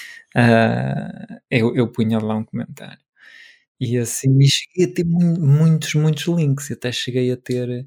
ah, eu eu punha lá um comentário. E assim e cheguei a ter mui muitos, muitos links, e até cheguei a ter,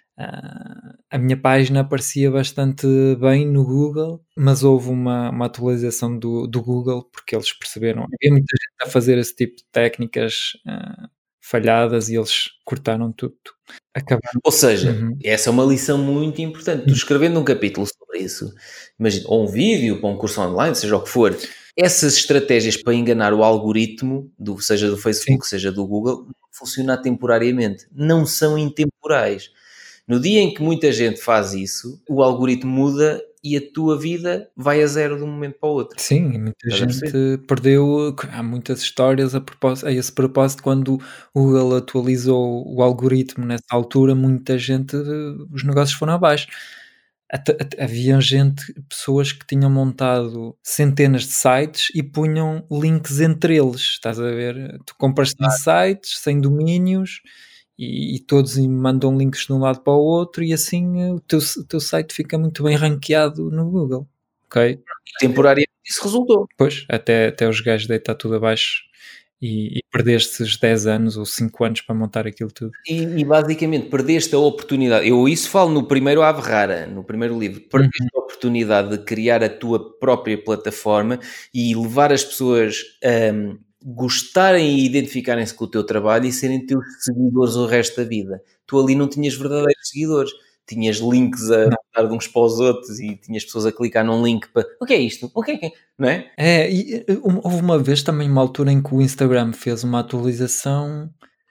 ah, a minha página aparecia bastante bem no Google, mas houve uma uma atualização do do Google, porque eles perceberam havia muita gente a fazer esse tipo de técnicas, ah, falhadas, e eles cortaram tudo. Acabaram. Ou seja, Uhum, essa é uma lição muito importante. Tu uhum. escrevendo um capítulo sobre isso, imagina, ou um vídeo, para um curso online, seja o que for, essas estratégias para enganar o algoritmo, do, seja do Sim, Facebook, seja do Google, não funcionam temporariamente, não são intemporais. No dia em que muita gente faz isso, o algoritmo muda e a tua vida vai a zero de um momento para o outro. sim, e muita Estás a perceber? gente perdeu. Há muitas histórias a propósito a esse propósito, quando o Google atualizou o algoritmo nessa altura, muita gente, os negócios foram abaixo. Até até havia gente, pessoas que tinham montado centenas de sites e punham links entre eles, estás a ver? Tu compras cem sites, sem domínios, e e todos e mandam links de um lado para o outro, e assim, eh, o teu o teu site fica muito bem ranqueado no Google, ok? Temporariamente isso resultou. Pois, até até os gajos deitar tudo abaixo, e e perdestes dez anos ou cinco anos para montar aquilo tudo. E, e basicamente perdeste a oportunidade. Eu isso falo no primeiro Ave Rara, no primeiro livro. Perdeste Uhum. a oportunidade de criar a tua própria plataforma e levar as pessoas a hum, gostarem e identificarem-se com o teu trabalho e serem teus seguidores o resto da vida. Tu ali não tinhas verdadeiros seguidores. Tinhas links a Não. dar de uns para os outros e tinhas pessoas a clicar num link para o que é isto? O que é que é? Não é? É, e, eh, houve houve uma vez também, uma altura em que o Instagram fez uma atualização,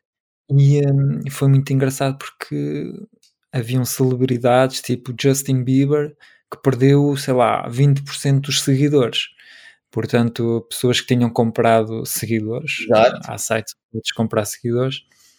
e, hum, e foi muito engraçado porque haviam celebridades tipo Justin Bieber que perdeu, sei lá, vinte por cento dos seguidores. Portanto, pessoas que tinham comprado seguidores, ah, Exato. há sites que podes comprar seguidores,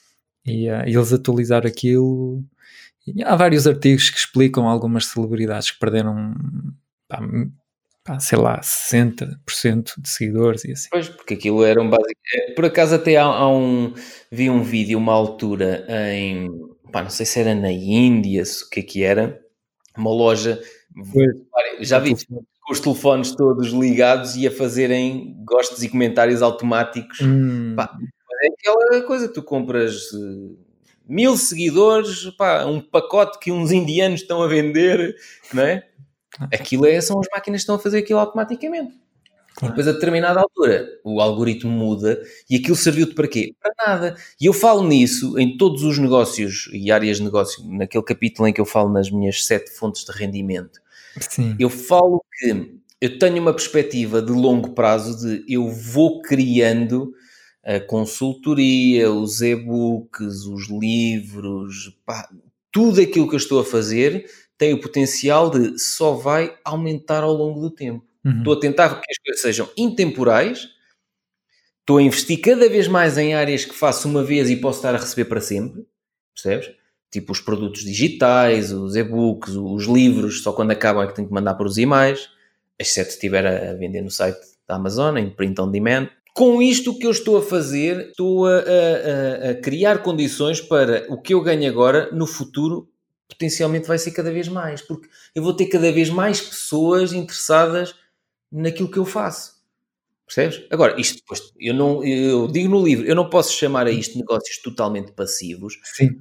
e, ah, e eles atualizaram aquilo. E há vários artigos que explicam algumas celebridades que perderam, pá, hum, pá, sei lá, sessenta por cento de seguidores e assim. Pois, porque aquilo era um básico. eh, Por acaso até há, há um. Vi um vídeo uma altura em. Pá, não sei se era na Índia, se o que é que era. Uma loja. Pois, Já do vi. telefone. Com os telefones todos ligados e a fazerem gostos e comentários automáticos. Hum, Pá, mas é aquela coisa, tu compras eh, mil seguidores, pá, um pacote que uns indianos estão a vender, não é? Aquilo é, são as máquinas que estão a fazer aquilo automaticamente. E claro. depois, a determinada altura, o algoritmo muda e aquilo serviu-te para quê? Para nada. E eu falo nisso em todos os negócios e áreas de negócio, naquele capítulo em que eu falo nas minhas sete fontes de rendimento. Sim. Eu falo que eu tenho uma perspectiva de longo prazo de eu vou criando a consultoria, os e-books, os livros, pá, tudo aquilo que eu estou a fazer tem o potencial de só vai aumentar ao longo do tempo. Estou Uhum. a tentar que as coisas sejam intemporais, estou a investir cada vez mais em áreas que faço uma vez e posso estar a receber para sempre, percebes? Tipo os produtos digitais, os e-books, os livros, só quando acabam é que tenho que mandar para os e-mails, exceto se estiver a vender no site da Amazon, em print on demand. Com isto, o que eu estou a fazer, estou a, a, a, a criar condições para o que eu ganho agora, no futuro, potencialmente vai ser cada vez mais, porque eu vou ter cada vez mais pessoas interessadas naquilo que eu faço. Percebes? Agora, isto depois, eu, não, eu digo no livro, eu não posso chamar a isto negócios totalmente passivos, Sim.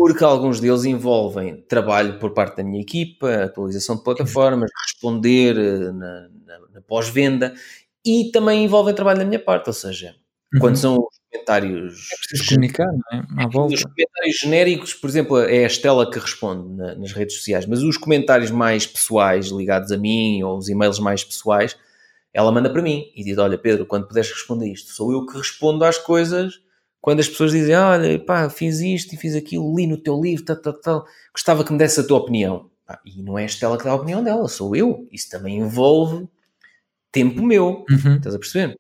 porque alguns deles envolvem trabalho por parte da minha equipa, atualização de plataformas, responder na, na, na pós-venda, e também envolvem trabalho da minha parte, ou seja, uhum. quando são os comentários... É preciso comunicar, não é? À volta. Os comentários genéricos, por exemplo, é a Estela que responde na, nas redes sociais, mas os comentários mais pessoais, ligados a mim, ou os e-mails mais pessoais, ela manda para mim e diz, olha Pedro, quando puderes responder isto, sou eu que respondo às coisas quando as pessoas dizem, olha, pá, fiz isto e fiz aquilo, li no teu livro, tal, tal, tal, gostava que me desse a tua opinião. Pá, e não é a Estela que dá a opinião dela, sou eu. Isso também envolve tempo meu, uhum. Estás a perceber?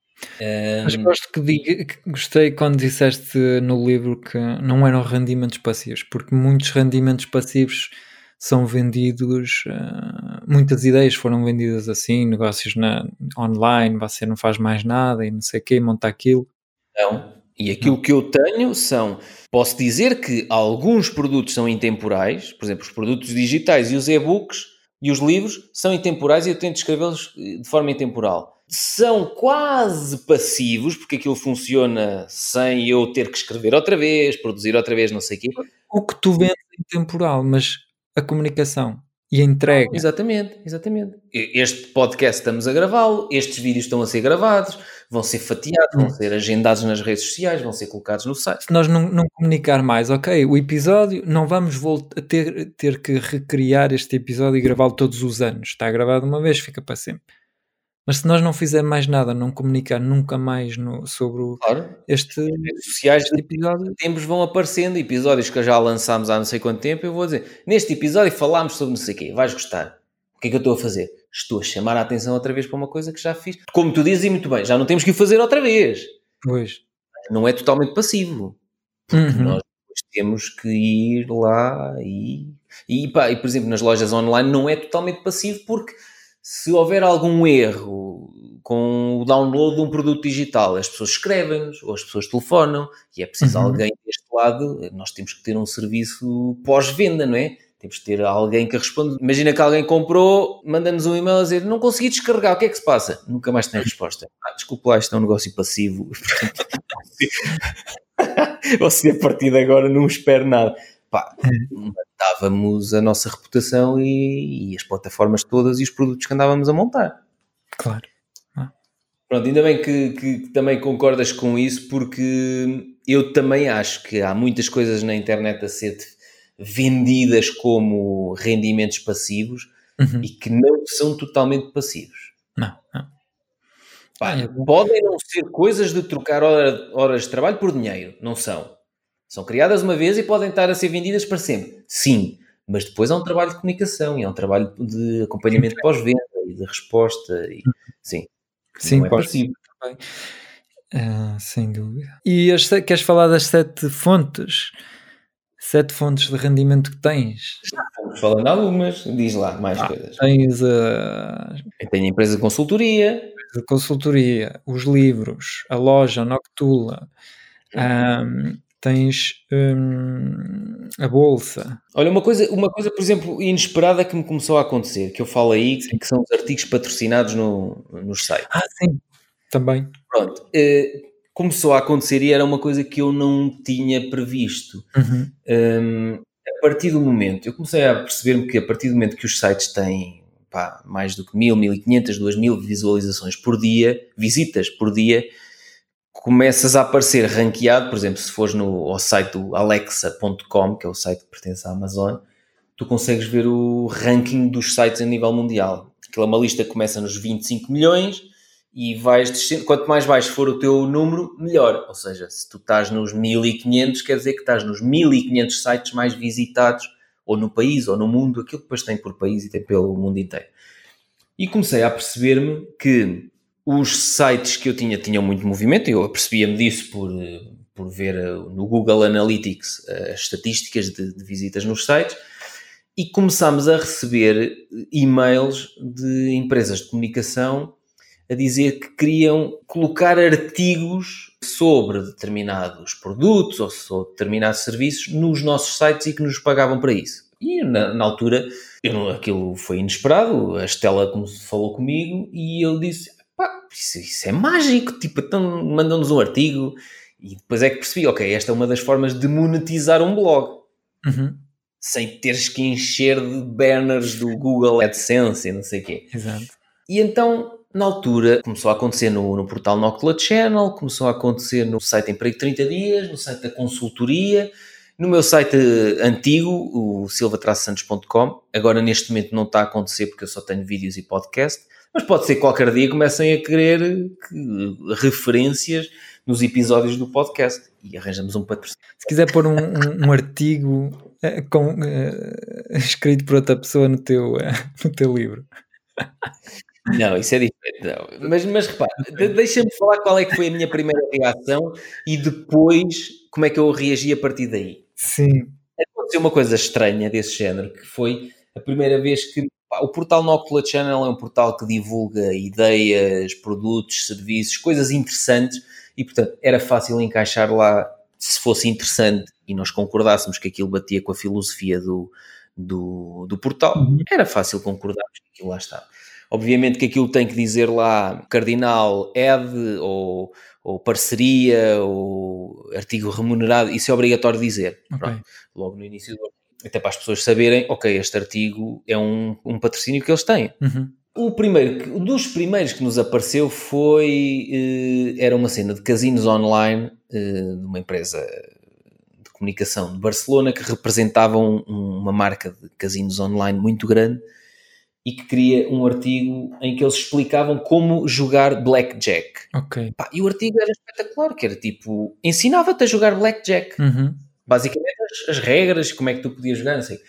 Mas gosto que diga, que gostei quando disseste no livro que não eram rendimentos passivos, porque muitos rendimentos passivos são vendidos, uh, muitas ideias foram vendidas assim, negócios na, online, você não faz mais nada e não sei o quê, monta aquilo. Não, e aquilo não. Que eu tenho são, posso dizer que alguns produtos são intemporais, por exemplo, os produtos digitais e os e-books e os livros são intemporais e eu tento escrevê-los de forma intemporal. São quase passivos, porque aquilo funciona sem eu ter que escrever outra vez, produzir outra vez, não sei o quê. O que tu vendes é intemporal, mas a comunicação e a entrega. Exatamente, exatamente. Este podcast estamos a gravá-lo, estes vídeos estão a ser gravados, vão ser fatiados, hum. vão ser agendados nas redes sociais, vão ser colocados no site. Se nós não, não comunicar mais, ok, o episódio, não vamos voltar a ter, ter que recriar este episódio e gravá-lo todos os anos. Está gravado uma vez, fica para sempre. Mas se nós não fizermos mais nada, não comunicar nunca mais no, sobre o, claro. este, As redes sociais este episódio, tempos vão aparecendo, episódios que já lançámos há não sei quanto tempo, eu vou dizer, neste episódio falámos sobre não sei o quê, vais gostar. O que é que eu estou a fazer? Estou a chamar a atenção outra vez para uma coisa que já fiz. Como tu dizes, e muito bem, já não temos que o fazer outra vez. Pois. Não é totalmente passivo. Porque uhum. nós temos que ir lá e... E, pá, e, por exemplo, nas lojas online não é totalmente passivo porque... Se houver algum erro com o download de um produto digital, as pessoas escrevem-nos ou as pessoas telefonam e é preciso uhum. alguém deste lado, nós temos que ter um serviço pós-venda, não é? Temos que ter alguém que responde. Imagina que alguém comprou, manda-nos um e-mail a dizer não consegui descarregar, o que é que se passa? Nunca mais tem resposta. Ah, desculpa lá, isto é um negócio passivo. Você a partir de agora não espero nada. Pá, matávamos a nossa reputação e, e as plataformas todas e os produtos que andávamos a montar. Claro. Ah. Pronto, ainda bem que, que, que também concordas com isso, porque eu também acho que há muitas coisas na internet a ser vendidas como rendimentos passivos uhum. e que não são totalmente passivos. Não, não. Pá, é podem não ser coisas de trocar hora, horas de trabalho por dinheiro, não são. São criadas uma vez e podem estar a ser vendidas para sempre. Sim, mas depois há um trabalho de comunicação e há um trabalho de acompanhamento sim. pós-venda e de resposta. E, sim, sim, não é passivo. Uh, sem dúvida. E as, queres falar das sete fontes? Sete fontes de rendimento que tens? Já estamos falando de algumas. Diz lá mais ah, coisas. Tens a... Eu tenho a empresa de consultoria. A consultoria, os livros, a loja, a Noctula. Um, tens hum, a bolsa. Olha, uma coisa, uma coisa, por exemplo, inesperada que me começou a acontecer, que eu falo aí, sim. que são os artigos patrocinados no, nos sites. Ah, sim, também. Pronto, eh, começou a acontecer e era uma coisa que eu não tinha previsto. Uhum. Um, a partir do momento, eu comecei a perceber-me que a partir do momento que os sites têm pá, mais do que mil, mil e quinhentas, duas mil visualizações por dia, visitas por dia, começas a aparecer ranqueado, por exemplo, se fores no, ao site do alexa ponto com, que é o site que pertence à Amazon, tu consegues ver o ranking dos sites a nível mundial. Aquilo é uma lista que começa nos vinte e cinco milhões e vais descendo. Quanto mais baixo for o teu número, melhor. Ou seja, se tu estás nos mil e quinhentos, quer dizer que estás nos mil e quinhentos sites mais visitados, ou no país, ou no mundo, aquilo que depois tem por país e tem pelo mundo inteiro. E comecei a perceber-me que os sites que eu tinha tinham muito movimento, eu apercebia-me disso por, por ver no Google Analytics as estatísticas de, de visitas nos sites, e começámos a receber e-mails de empresas de comunicação a dizer que queriam colocar artigos sobre determinados produtos ou sobre determinados serviços nos nossos sites e que nos pagavam para isso. E na, na altura, eu não, aquilo foi inesperado, a Estela falou comigo e eu disse... Pá, isso, isso é mágico, tipo, então mandam-nos um artigo e depois é que percebi, ok, esta é uma das formas de monetizar um blog. Uhum. Sem teres que encher de banners do Google AdSense e não sei o quê. Exato. E então, na altura, começou a acontecer no, no portal Noctula Channel, começou a acontecer no site Emprego trinta dias, no site da consultoria, no meu site antigo, o silva traço santos ponto com. Agora, neste momento, não está a acontecer porque eu só tenho vídeos e podcast, mas pode ser que qualquer dia comecem a querer que, referências nos episódios do podcast e arranjamos um patrocínio. Se quiser pôr um, um, um artigo uh, com, uh, escrito por outra pessoa no teu, uh, no teu livro. Não, isso é diferente. Não. Mas, mas repara, de, deixa-me falar qual é que foi a minha primeira reação e depois como é que eu reagi a partir daí. Sim. Aconteceu uma coisa estranha desse género, que foi a primeira vez que pá, o portal Noctula Channel é um portal que divulga ideias, produtos, serviços, coisas interessantes e, portanto, era fácil encaixar lá, se fosse interessante e nós concordássemos que aquilo batia com a filosofia do, do, do portal, uhum. Era fácil concordarmos que aquilo lá estava. Obviamente que aquilo tem que dizer lá cardinal, ed, ou, ou parceria, ou artigo remunerado, isso é obrigatório dizer. Okay. Logo no início do até para as pessoas saberem, ok, este artigo é um, um patrocínio que eles têm. Uhum. O primeiro, um dos primeiros que nos apareceu foi, eh, era uma cena de casinos online, eh, de uma empresa de comunicação de Barcelona, que representava um, uma marca de casinos online muito grande, e que queria um artigo em que eles explicavam como jogar blackjack. Okay. Pá, e o artigo era espetacular, que era tipo, ensinava-te a jogar blackjack. Uhum. Basicamente as, as regras, como é que tu podias jogar, não sei.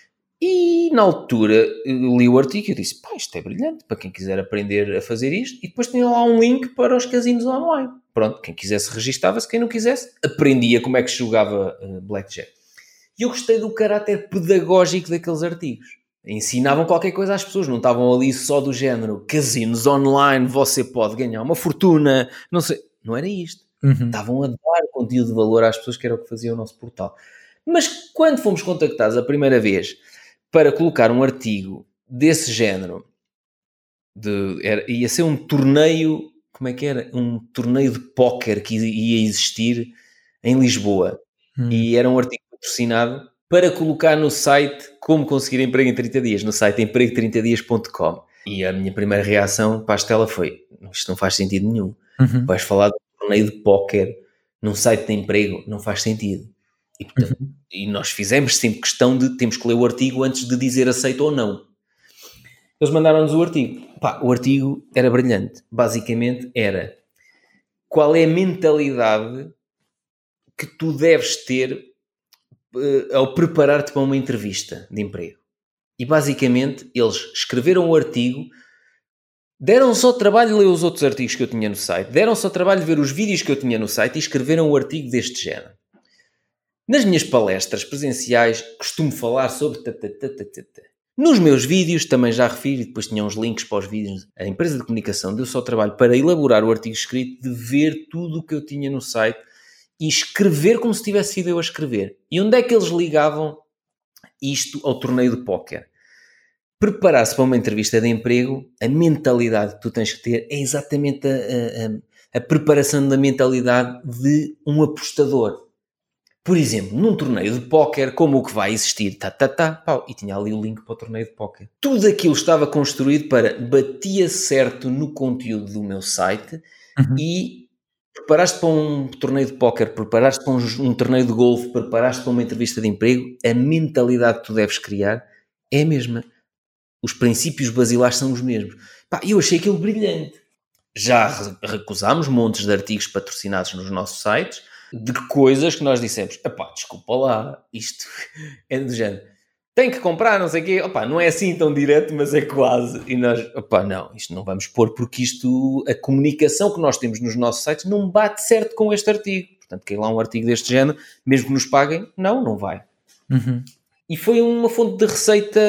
E na altura li o artigo e eu disse, pá, isto é brilhante, para quem quiser aprender a fazer isto. E depois tinha lá um link para os casinos online. Pronto, quem quisesse registava-se, quem não quisesse aprendia como é que se jogava uh, blackjack. E eu gostei do caráter pedagógico daqueles artigos. Ensinavam qualquer coisa às pessoas, não estavam ali só do género casinos online, você pode ganhar uma fortuna, não sei, não era isto. Uhum. Estavam a dar conteúdo de valor às pessoas, que era o que fazia o nosso portal. Mas quando fomos contactados a primeira vez para colocar um artigo desse género, de, era, ia ser um torneio, como é que era? Um torneio de póquer que ia existir em Lisboa. Uhum. E era um artigo patrocinado para colocar no site como conseguir emprego em trinta dias, no site emprego trinta dias ponto com. E a minha primeira reação para a Estela foi, isto não faz sentido nenhum. Uhum. Vais falar de um torneio de póquer num site de emprego, não faz sentido. E, portanto, uhum. e nós fizemos sempre questão de, temos que ler o artigo antes de dizer aceito ou não. Eles mandaram-nos o artigo. Pá, o artigo era brilhante. Basicamente era, qual é a mentalidade que tu deves ter ao preparar-te para uma entrevista de emprego. E basicamente eles escreveram o artigo, deram só o trabalho de ler os outros artigos que eu tinha no site, deram só o trabalho de ver os vídeos que eu tinha no site e escreveram o artigo deste género. Nas minhas palestras presenciais costumo falar sobre tatatatata. Nos meus vídeos também já refiro, e depois tinha uns links para os vídeos. A empresa de comunicação deu só o trabalho para elaborar o artigo escrito, de ver tudo o que eu tinha no site e escrever como se tivesse sido eu a escrever. E onde é que eles ligavam isto ao torneio de póquer? Preparar-se para uma entrevista de emprego, a mentalidade que tu tens que ter é exatamente a, a, a preparação da mentalidade de um apostador. Por exemplo, num torneio de póquer, como o que vai existir, tá, tá, tá, pau, e tinha ali o link para o torneio de póquer. Tudo aquilo estava construído para, batia certo no conteúdo do meu site, uhum. E preparaste para um torneio de póquer, preparaste para um, um torneio de golfe, preparaste para uma entrevista de emprego, a mentalidade que tu deves criar é a mesma. Os princípios basilares são os mesmos. Pá, eu achei aquilo brilhante. Já recusámos montes de artigos patrocinados nos nossos sites, de coisas que nós dissemos, epá, desculpa lá, isto é do género. Tem que comprar, não sei o quê. Opa, não é assim tão direto, mas é quase. E nós, opa, não, isto não vamos pôr, porque isto, a comunicação que nós temos nos nossos sites não bate certo com este artigo. Portanto, quem lá um artigo deste género, mesmo que nos paguem, não, não vai. Uhum. E foi uma fonte de receita,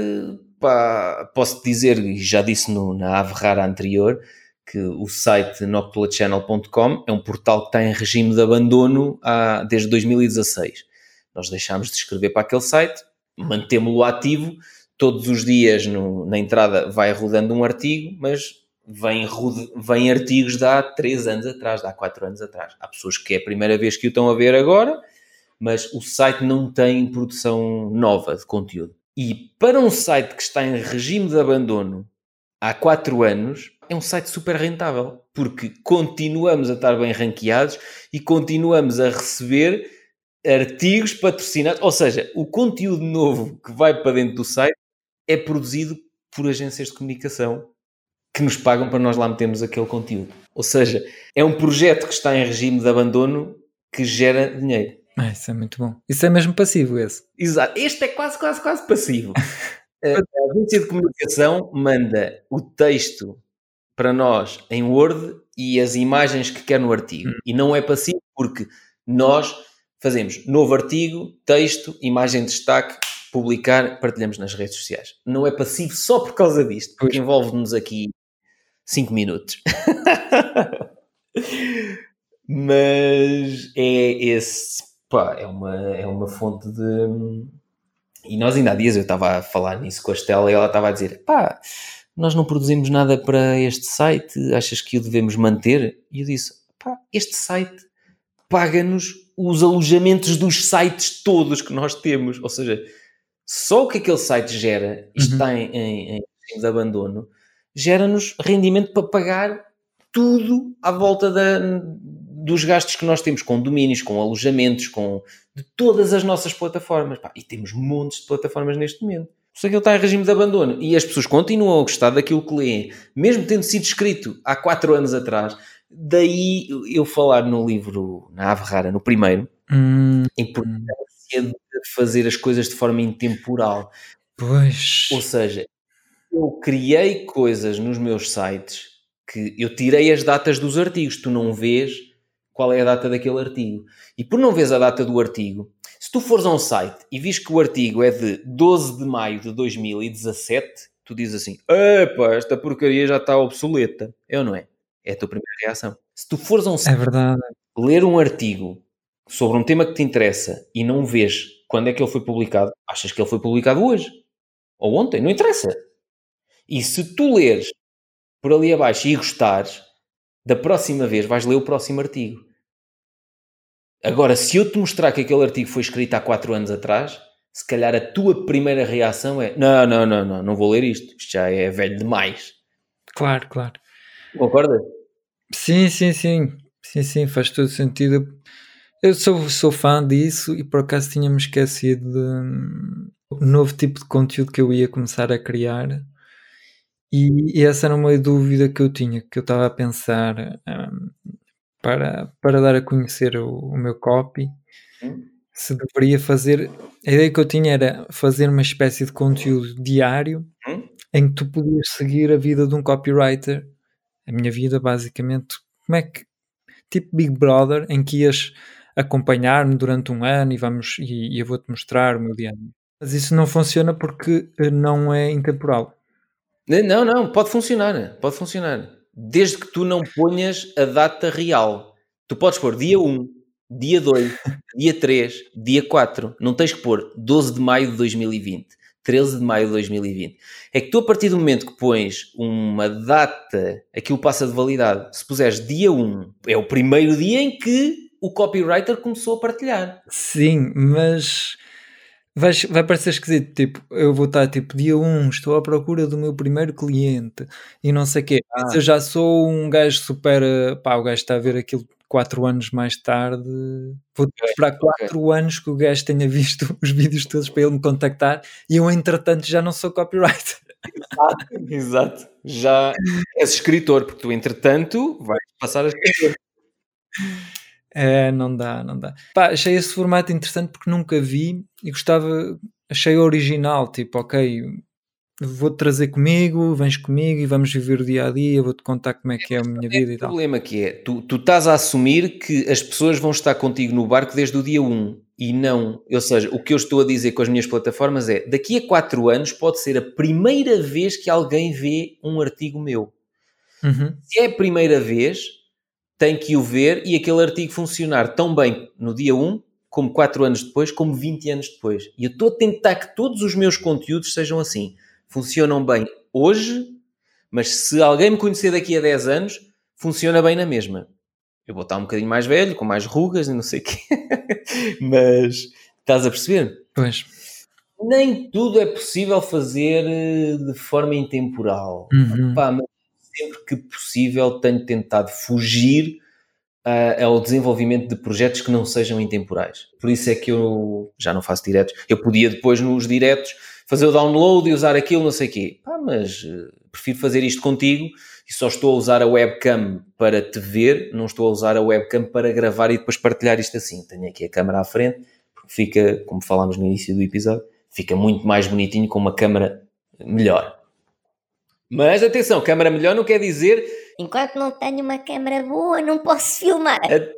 pá, posso dizer, e já disse no, na Ave Rara anterior, que o site noctula channel ponto com é um portal que está em regime de abandono há, desde dois mil e dezasseis. Nós deixámos de escrever para aquele site, mantemos-lo ativo, todos os dias no, na entrada vai rodando um artigo, mas vem, vem artigos de há três anos atrás, de há quatro anos atrás. Há pessoas que é a primeira vez que o estão a ver agora, mas o site não tem produção nova de conteúdo. E para um site que está em regime de abandono há quatro anos, é um site super rentável, porque continuamos a estar bem ranqueados e continuamos a receber artigos patrocinados, ou seja, o conteúdo novo que vai para dentro do site é produzido por agências de comunicação que nos pagam para nós lá metermos aquele conteúdo. Ou seja, é um projeto que está em regime de abandono que gera dinheiro. Ah, isso é muito bom. Isso é mesmo passivo, esse. Exato. Este é quase, quase, quase passivo. A agência de comunicação manda o texto para nós em Word e as imagens que quer no artigo. Hum. E não é passivo porque nós fazemos novo artigo, texto, imagem de destaque, publicar, partilhamos nas redes sociais. Não é passivo só por causa disto, porque envolve-nos aqui cinco minutos. Mas é esse, pá, é uma, é uma fonte de... E nós ainda há dias eu estava a falar nisso com a Estela e ela estava a dizer, pá, nós não produzimos nada para este site, achas que o devemos manter? E eu disse, pá, este site paga-nos os alojamentos dos sites todos que nós temos, ou seja, só o que aquele site gera, isto uhum. está em, em, em de abandono, gera-nos rendimento para pagar tudo à volta da, dos gastos que nós temos com domínios, com alojamentos, com de todas as nossas plataformas. Pá, e temos montes de plataformas neste momento. Por isso é que ele está em regime de abandono. E as pessoas continuam a gostar daquilo que leem, mesmo tendo sido escrito há quatro anos atrás. Daí eu falar no livro, na Ave Rara, no primeiro, hum, a importância de fazer as coisas de forma intemporal. Pois. Ou seja, eu criei coisas nos meus sites que eu tirei as datas dos artigos. Tu não vês qual é a data daquele artigo. E por não veres a data do artigo, se tu fores a um site e vis que o artigo é de doze de maio de dois mil e dezassete, tu dizes assim, epá, esta porcaria já está obsoleta. É ou não é? É a tua primeira reação. Se tu fores a um site é verdade. ler um artigo sobre um tema que te interessa e não vês quando é que ele foi publicado, achas que ele foi publicado hoje ou ontem, não interessa. E se tu leres por ali abaixo e gostares, da próxima vez vais ler o próximo artigo. Agora, se eu te mostrar que aquele artigo foi escrito há quatro anos atrás, se calhar a tua primeira reação é não, não, não, não, não vou ler isto, isto já é velho demais. Claro, claro. Concorda? Sim, sim, sim. Sim, sim, faz todo sentido. Eu sou, sou fã disso e por acaso tinha-me esquecido de um novo tipo de conteúdo que eu ia começar a criar. E, e essa era uma dúvida que eu tinha, que eu estava a pensar um, para, para dar a conhecer o, o meu copy. Hum? Se deveria fazer... A ideia que eu tinha era fazer uma espécie de conteúdo diário hum? em que tu podias seguir a vida de um copywriter. A minha vida, basicamente, como é que... Tipo Big Brother, em que ias acompanhar-me durante um ano e, vamos, e, e eu vou-te mostrar o meu dia a dia. Mas isso não funciona porque não é intemporal. Não, não, pode funcionar, pode funcionar. Desde que tu não ponhas a data real. Tu podes pôr dia um, dia dois, dia três, dia quatro. Não tens que pôr doze de maio de dois mil e vinte, treze de maio de dois mil e vinte. É que tu, a partir do momento que pões uma data, aquilo passa de validade. Se puseres dia um, é o primeiro dia em que o copywriter começou a partilhar. Sim, mas... Vai, vai parecer esquisito, tipo, eu vou estar tipo dia um, estou à procura do meu primeiro cliente e não sei o quê. Ah. Eu já sou um gajo super, pá, o gajo está a ver aquilo quatro anos mais tarde, vou okay, esperar quatro okay. anos que o gajo tenha visto os vídeos todos para ele me contactar e eu entretanto já não sou copywriter. Exato, exato. Já és escritor, porque tu entretanto vais passar a escrever. É, não dá, não dá. Pá, achei esse formato interessante porque nunca vi e gostava, achei original, tipo, ok, vou-te trazer comigo, vens comigo e vamos viver o dia-a-dia, vou-te contar como é que é a minha vida e tal. O problema que é, tu, tu estás a assumir que as pessoas vão estar contigo no barco desde o dia um e não, ou seja, o que eu estou a dizer com as minhas plataformas é, daqui a quatro anos pode ser a primeira vez que alguém vê um artigo meu. Uhum. Se é a primeira vez... tem que o ver e aquele artigo funcionar tão bem no dia um, como quatro anos depois, como vinte anos depois. E eu estou a tentar que todos os meus conteúdos sejam assim. Funcionam bem hoje, mas se alguém me conhecer daqui a dez anos, funciona bem na mesma. Eu vou estar um bocadinho mais velho, com mais rugas e não sei o quê. Mas estás a perceber? Pois. Nem tudo é possível fazer de forma intemporal. Uhum. Epá, mas sempre que possível tenho tentado fugir uh, ao desenvolvimento de projetos que não sejam intemporais. Por isso é que eu já não faço diretos. Eu podia depois nos diretos fazer o download e usar aquilo, não sei o quê. Pá, mas uh, prefiro fazer isto contigo e só estou a usar a webcam para te ver, não estou a usar a webcam para gravar e depois partilhar isto assim. Tenho aqui a câmera à frente, porque fica, como falámos no início do episódio, fica muito mais bonitinho com uma câmera melhor. Mas atenção, câmera melhor não quer dizer... Enquanto não tenho uma câmera boa, não posso filmar.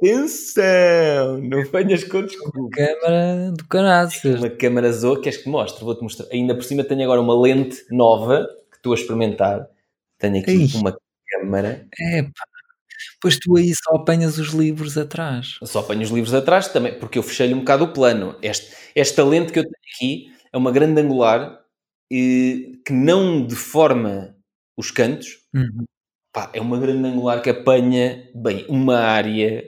Atenção, não venhas com desculpa. Câmara do caraças. Uma câmera Zoom, queres que te mostre? Vou-te mostrar. Ainda por cima tenho agora uma lente nova que estou a experimentar. Tenho aqui Ei. uma câmera. É pá. Pois tu aí só apanhas os livros atrás. Só apanho os livros atrás também, porque eu fechei-lhe um bocado o plano. Este, esta lente que eu tenho aqui é uma grande angular e, que não deforma os cantos. Uhum. Pá, é uma grande angular que apanha, bem, uma área...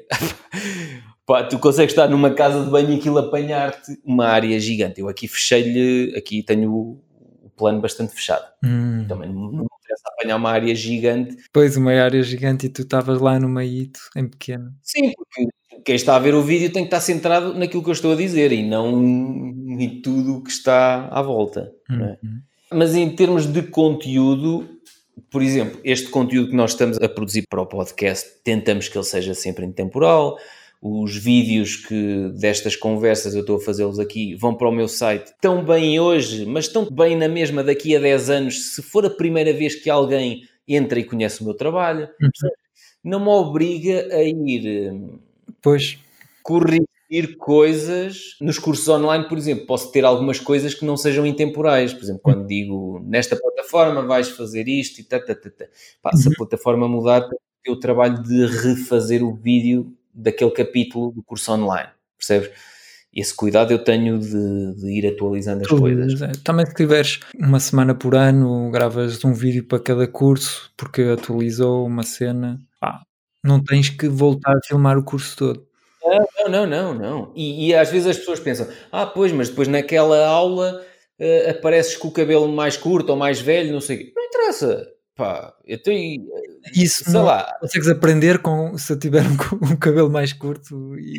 Pá, tu consegues estar numa casa de banho e aquilo apanhar-te uma área gigante. Eu aqui fechei-lhe, aqui tenho o, o plano bastante fechado. Hum. Também não me interessa apanhar uma área gigante. Pois, uma área gigante e tu estavas lá no meio, em pequeno. Sim, porque quem está a ver o vídeo tem que estar centrado naquilo que eu estou a dizer e não em tudo o que está à volta. Uhum. Não é? Mas em termos de conteúdo, por exemplo, este conteúdo que nós estamos a produzir para o podcast, tentamos que ele seja sempre intemporal. Os vídeos que destas conversas eu estou a fazê-los aqui vão para o meu site. Estão bem hoje, mas estão bem na mesma daqui a dez anos, se for a primeira vez que alguém entra e conhece o meu trabalho. Uhum. Não me obriga a ir pois. corrigir coisas. Nos cursos online, por exemplo, posso ter algumas coisas que não sejam intemporais. Por exemplo, quando digo, nesta plataforma vais fazer isto e tá, tá, tá, tá. Pá, se a plataforma mudar, eu trabalho de refazer o vídeo daquele capítulo do curso online, percebes? Esse cuidado eu tenho de, de ir atualizando as tu, coisas. Também se tiveres uma semana por ano, gravas um vídeo para cada curso, porque atualizou uma cena, pá, não tens que voltar a filmar o curso todo. Não, não, não, não. E, e às vezes as pessoas pensam, ah, pois, mas depois naquela aula uh, apareces com o cabelo mais curto ou mais velho, não sei o quê. Não interessa. Pá, eu tenho... Isso sei não lá. Consegues aprender com, se eu tiver um, um cabelo mais curto e...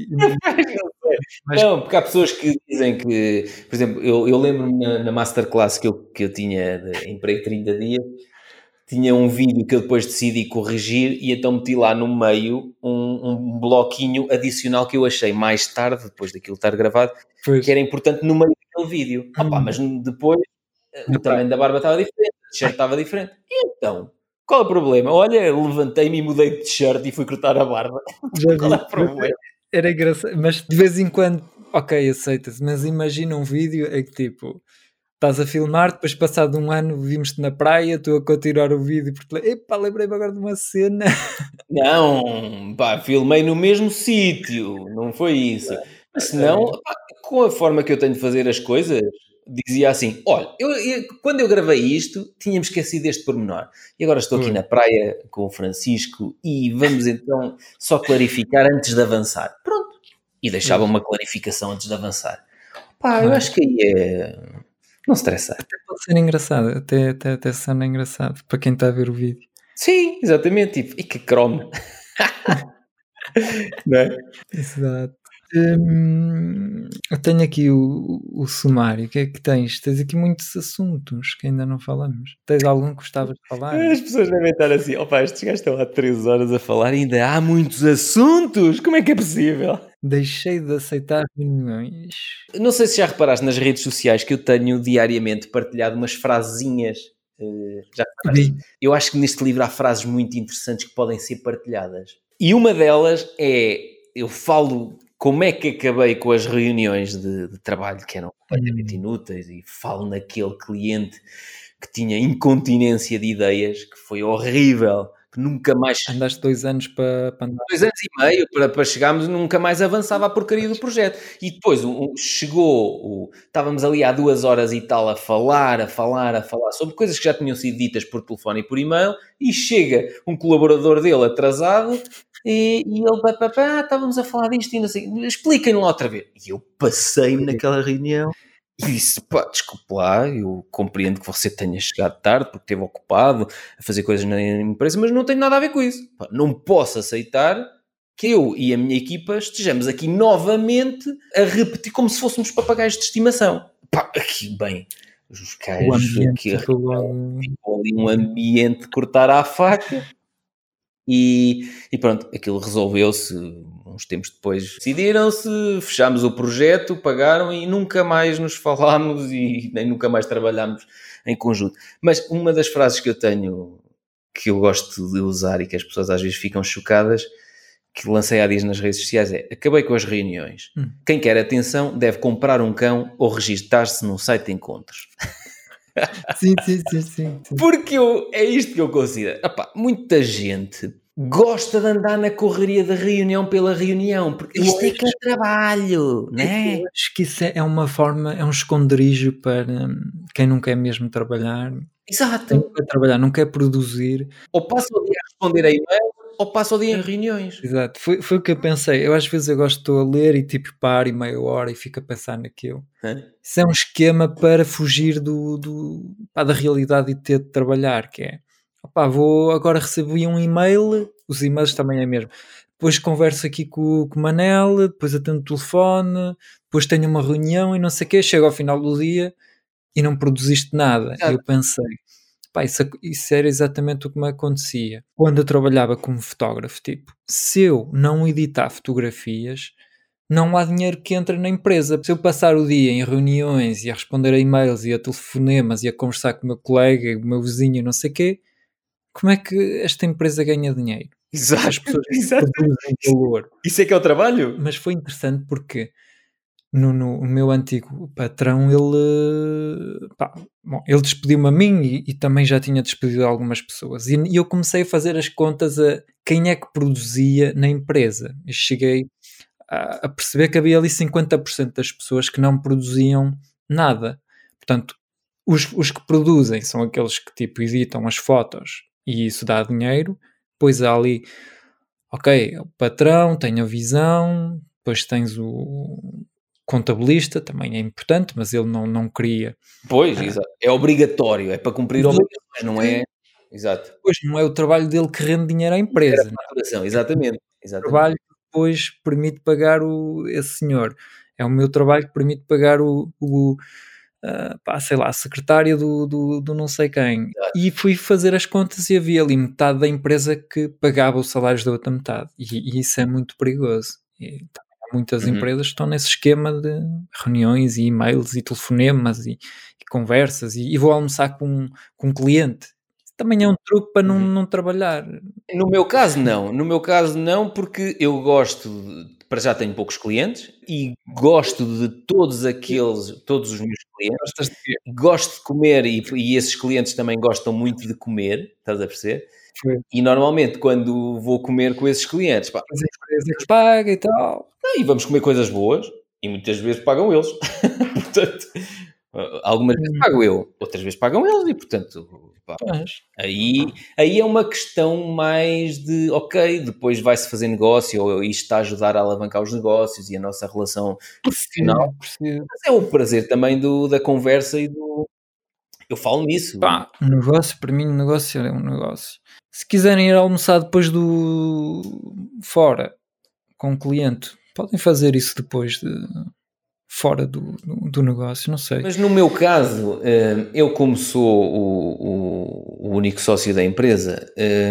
Mas... Não, porque há pessoas que dizem que, por exemplo, eu, eu lembro-me na, na masterclass que eu, que eu tinha de emprego trinta dias, tinha um vídeo que eu depois decidi corrigir e então meti lá no meio um, um bloquinho adicional que eu achei mais tarde, depois daquilo estar gravado, pois. Que era importante no meio daquele vídeo. Hum. Opa, mas depois o Opa. tamanho da barba estava diferente, o t-shirt estava diferente. E então, qual é o problema? Olha, levantei-me e mudei de t-shirt e fui cortar a barba. Já vi. Qual é o problema? Era engraçado, mas de vez em quando, ok, aceita-se, mas imagina um vídeo é que tipo, estás a filmar, depois passado um ano vimos-te na praia, estou a continuar o vídeo porque, epá, lembrei-me agora de uma cena. Não, pá, filmei no mesmo sítio, não foi isso. Mas senão, pá, com a forma que eu tenho de fazer as coisas, dizia assim, olha, eu, eu, quando eu gravei isto, tínhamos esquecido este pormenor. E agora estou aqui na praia com o Francisco e vamos então só clarificar antes de avançar. Pronto. E deixava uma clarificação antes de avançar. Pá, eu acho que aí é... não estressar. Até pode ser engraçado, até, até, até sendo engraçado, para quem está a ver o vídeo. Sim, exatamente. E que cromo. Não é? Exato. Hum, eu tenho aqui o, o sumário. O que é que tens? Tens aqui muitos assuntos que ainda não falamos. Tens algum que gostavas de falar? As pessoas devem estar assim, opa, estes gajos estão há três horas a falar e ainda há muitos assuntos. Como é que é possível? Deixei de aceitar reuniões. Não sei se já reparaste nas redes sociais que eu tenho diariamente partilhado umas frasezinhas. Uh, já Vi. Eu acho que neste livro há frases muito interessantes que podem ser partilhadas. E uma delas é, eu falo... como é que acabei com as reuniões de, de trabalho que eram completamente hum. inúteis e falo naquele cliente que tinha incontinência de ideias, que foi horrível, que nunca mais... Andaste dois anos para, para andar. Dois anos e meio para, para chegarmos, nunca mais avançava a porcaria do projeto. E depois um, chegou, o, estávamos ali há duas horas e tal a falar, a falar, a falar sobre coisas que já tinham sido ditas por telefone e por e-mail e chega um colaborador dele atrasado E, e ele, pá, pá, pá, estávamos a falar disto e não sei, expliquem-lhe lá outra vez. E eu passei-me naquela reunião e disse, pá, desculpe lá, eu compreendo que você tenha chegado tarde porque esteve ocupado a fazer coisas na empresa, mas não tenho nada a ver com isso. Pá, não posso aceitar que eu e a minha equipa estejamos aqui novamente a repetir como se fôssemos papagaios de estimação. Pá, aqui, bem, os gajos aqui, ficou ali um ambiente de cortar à faca. E, e pronto, aquilo resolveu-se. Uns tempos depois decidiram-se, fechámos o projeto, pagaram e nunca mais nos falámos e nem nunca mais trabalhámos em conjunto. Mas uma das frases que eu tenho, que eu gosto de usar e que as pessoas às vezes ficam chocadas, que lancei há dias nas redes sociais é: acabei com as reuniões. Hum. Quem quer atenção deve comprar um cão ou registar-se num site de encontros. Sim, sim, sim, sim, sim. Porque eu, é isto que eu considero. Epá, muita gente gosta de andar na correria da reunião pela reunião, porque isto é que é trabalho, não é? Eu acho que isso é uma forma, é um esconderijo para quem não quer mesmo trabalhar. Exato. Quem não quer trabalhar, não quer produzir. Ou passa o dia a responder a e-mail, ou passa o dia em reuniões. Exato, foi, foi o que eu pensei. Eu às vezes eu gosto de a ler e tipo paro e meia hora e fico a pensar naquilo. Hã? Isso é um esquema para fugir do, do, pá, da realidade e ter de trabalhar, que é, opá, vou agora receber um e-mail, os e-mails também é mesmo. Depois converso aqui com, com o Manel, depois atendo o telefone, depois tenho uma reunião e não sei o quê, chego ao final do dia e não produziste nada. Exato. Eu pensei, pá, isso, isso era exatamente o que me acontecia. Quando eu trabalhava como fotógrafo, tipo, se eu não editar fotografias, não há dinheiro que entre na empresa. Se eu passar o dia em reuniões e a responder a e-mails e a telefonemas e a conversar com o meu colega, o meu vizinho, não sei o quê, como é que esta empresa ganha dinheiro? Exato. As pessoas produzem valor. Isso é que é o trabalho? Mas foi interessante porque no, no, no meu antigo patrão, ele, pá, bom, ele despediu-me a mim e, e também já tinha despedido algumas pessoas. E, e eu comecei a fazer as contas a quem é que produzia na empresa. E cheguei a, a perceber que havia ali cinquenta por cento das pessoas que não produziam nada. Portanto, os, os que produzem são aqueles que tipo editam as fotos e isso dá dinheiro. Depois há ali, ok, o patrão tem a visão, depois tens o contabilista, também é importante, mas ele não, não queria. Pois, ah, exato. É obrigatório, é para cumprir obrigações, não é? Exato. Pois, não é o trabalho dele que rende dinheiro à empresa. É a faturação, exatamente. exatamente. O trabalho que depois permite pagar o, esse senhor. É o meu trabalho que permite pagar o, o uh, pá, sei lá, a secretária do, do, do não sei quem. Exato. E fui fazer as contas e havia ali metade da empresa que pagava os salários da outra metade. E, e isso é muito perigoso. E, tá. Muitas uhum. empresas estão nesse esquema de reuniões e e-mails e telefonemas e, e conversas e, e vou almoçar com, com um cliente. Também é um truque para não, uhum. não trabalhar. No meu caso não, no meu caso não, porque eu gosto, de, para já tenho poucos clientes e gosto de todos aqueles, todos os meus clientes, de gosto de comer e, e esses clientes também gostam muito de comer, estás a perceber? Foi. E normalmente quando vvou comer com esses clientes, pá, as empresas que pagam e tal, e vamos comer coisas boas e muitas vezes pagam eles. Portanto, algumas vezes pago eu, outras vezes pagam eles e portanto, pá, aí, aí é uma questão mais de, ok, depois vai-se fazer negócio ou isto está a ajudar a alavancar os negócios e a nossa relação profissional. Mas é o prazer também do, da conversa e do... Eu falo nisso. Pá, um negócio, para mim, um negócio é um negócio. Se quiserem ir almoçar depois do... fora, com um cliente, podem fazer isso depois de... fora do, do, do negócio, não sei. Mas no meu caso, eu como sou o, o, o único sócio da empresa,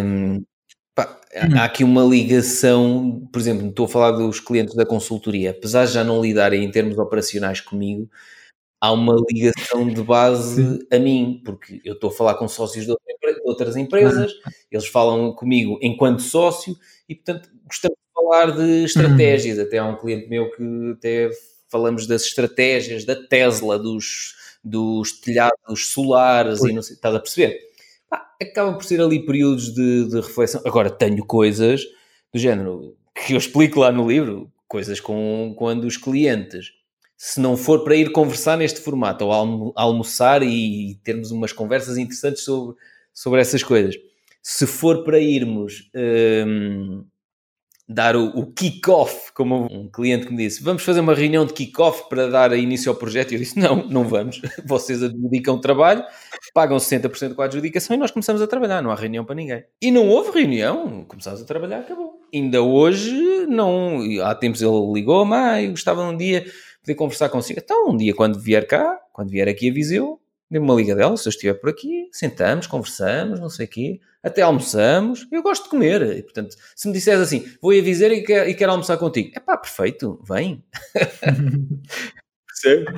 pá, hum. há aqui uma ligação, por exemplo, estou a falar dos clientes da consultoria, apesar de já não lidarem em termos operacionais comigo, há uma ligação de base Sim. a mim, porque eu estou a falar com sócios de outras empresas, ah. eles falam comigo enquanto sócio e, portanto, gostamos de falar de estratégias. Hum. Até há um cliente meu que até falamos das estratégias da Tesla, dos, dos telhados solares Oi. e não sei, estás a perceber? Pá, acabam por ser ali períodos de, de reflexão. Agora, tenho coisas do género que eu explico lá no livro, coisas com quando os clientes... se não for para ir conversar neste formato, ou almo- almoçar e termos umas conversas interessantes sobre, sobre essas coisas, se for para irmos hum, dar o, o kick-off, como um cliente que me disse, vamos fazer uma reunião de kick-off para dar início ao projeto, e eu disse, não, não vamos, vocês adjudicam o trabalho, pagam sessenta por cento com a adjudicação e nós começamos a trabalhar, não há reunião para ninguém. E não houve reunião, começámos a trabalhar, acabou. Ainda hoje, não, há tempos ele ligou-me, ah, eu gostava um dia de poder conversar consigo. Então, um dia quando vier cá, quando vier aqui a Viseu, dê-me uma ligadela, se eu estiver por aqui, sentamos, conversamos, não sei o quê, até almoçamos. Eu gosto de comer, e, portanto, se me disseres assim, vou a Viseu e quero, e quero almoçar contigo, é pá, perfeito, vem. Percebe?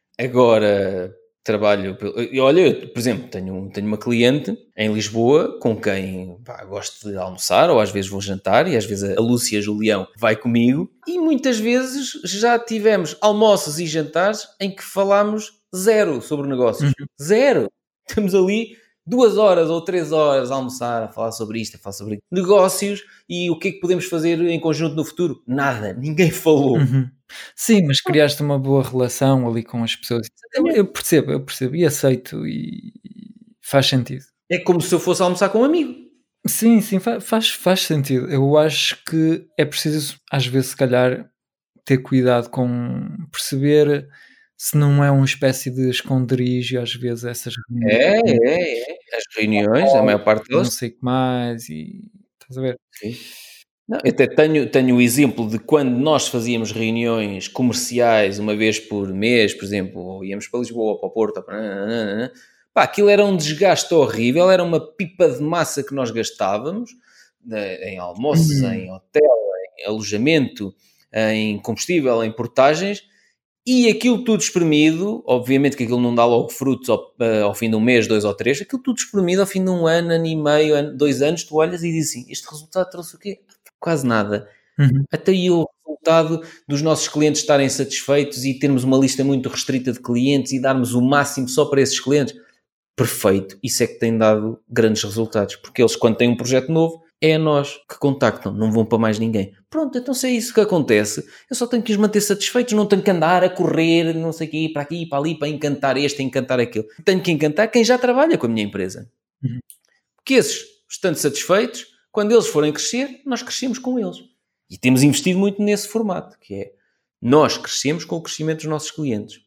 Agora, trabalho, e olha, eu, por exemplo, tenho, tenho uma cliente em Lisboa com quem pá, gosto de almoçar, ou às vezes vou jantar, e às vezes a Lúcia Julião vai comigo, e muitas vezes já tivemos almoços e jantares em que falámos zero sobre negócios. Uhum. Zero. Estamos ali duas horas ou três horas a almoçar, a falar sobre isto, a falar sobre negócios e o que é que podemos fazer em conjunto no futuro. Nada. Ninguém falou. Uhum. Sim, mas criaste uma boa relação ali com as pessoas. Eu, eu percebo, eu percebo e aceito e faz sentido. É como se eu fosse almoçar com um amigo. Sim, sim, faz, faz sentido. Eu acho que é preciso, às vezes, se calhar, ter cuidado com perceber se não é uma espécie de esconderijo, às vezes, essas reuniões. É, é, é. As reuniões, a maior parte delas. Não sei o que mais e... Estás a ver? Sim. Não, eu até tenho, tenho o exemplo de quando nós fazíamos reuniões comerciais uma vez por mês, por exemplo, ou íamos para Lisboa, ou para o Porto, ou para... Pá, aquilo era um desgaste horrível, era uma pipa de massa que nós gastávamos em almoços, uhum. em hotel, em alojamento, em combustível, em portagens, e aquilo tudo espremido, obviamente que aquilo não dá logo frutos ao, ao fim de um mês, dois ou três, aquilo tudo espremido ao fim de um ano, ano e meio, ano, dois anos, tu olhas e dizes assim, este resultado trouxe o quê? Quase nada. Uhum. Até aí o resultado dos nossos clientes estarem satisfeitos e termos uma lista muito restrita de clientes e darmos o máximo só para esses clientes, perfeito. Isso é que tem dado grandes resultados, porque eles quando têm um projeto novo, é a nós que contactam, não vão para mais ninguém. Pronto, então se é isso que acontece, eu só tenho que os manter satisfeitos, não tenho que andar a correr, não sei o quê, para aqui, para ali, para encantar este, encantar aquele. Tenho que encantar quem já trabalha com a minha empresa. Uhum. Porque esses, estando satisfeitos, quando eles forem crescer, nós crescemos com eles. E temos investido muito nesse formato, que é, nós crescemos com o crescimento dos nossos clientes.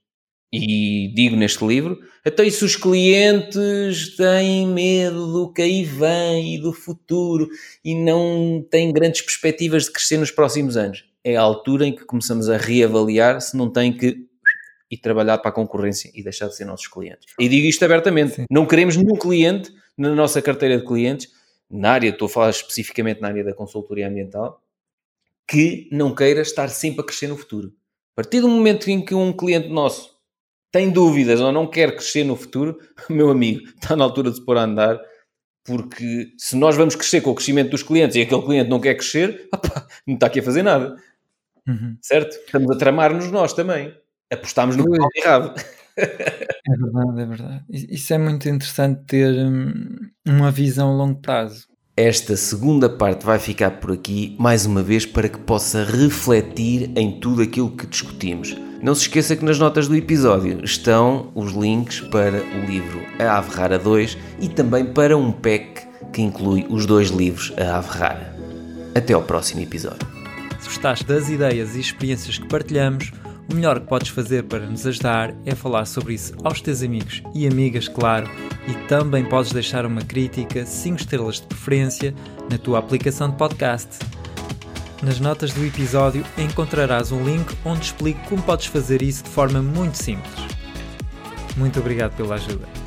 E digo neste livro, até se os clientes têm medo do que aí vem e do futuro e não têm grandes perspectivas de crescer nos próximos anos, é a altura em que começamos a reavaliar se não tem que ir trabalhar para a concorrência e deixar de ser nossos clientes. E digo isto abertamente, Sim. não queremos nenhum cliente na nossa carteira de clientes, na área, estou a falar especificamente na área da consultoria ambiental, que não queira estar sempre a crescer no futuro. A partir do momento em que um cliente nosso tem dúvidas ou não quer crescer no futuro, meu amigo, está na altura de se pôr a andar, porque se nós vamos crescer com o crescimento dos clientes e aquele cliente não quer crescer, opa, não está aqui a fazer nada. Uhum. Certo? Estamos a tramar-nos nós também. Apostámos no canal errado. É verdade, é verdade. Isso é muito interessante ter hum, uma visão a longo prazo. Esta segunda parte vai ficar por aqui, mais uma vez, para que possa refletir em tudo aquilo que discutimos. Não se esqueça que nas notas do episódio estão os links para o livro A Ave Rara dois e também para um pack que inclui os dois livros A Ave Rara. Até ao próximo episódio. Se gostaste das ideias e experiências que partilhamos, o melhor que podes fazer para nos ajudar é falar sobre isso aos teus amigos e amigas, claro, e também podes deixar uma crítica, cinco estrelas de preferência, na tua aplicação de podcast. Nas notas do episódio encontrarás um link onde explico como podes fazer isso de forma muito simples. Muito obrigado pela ajuda.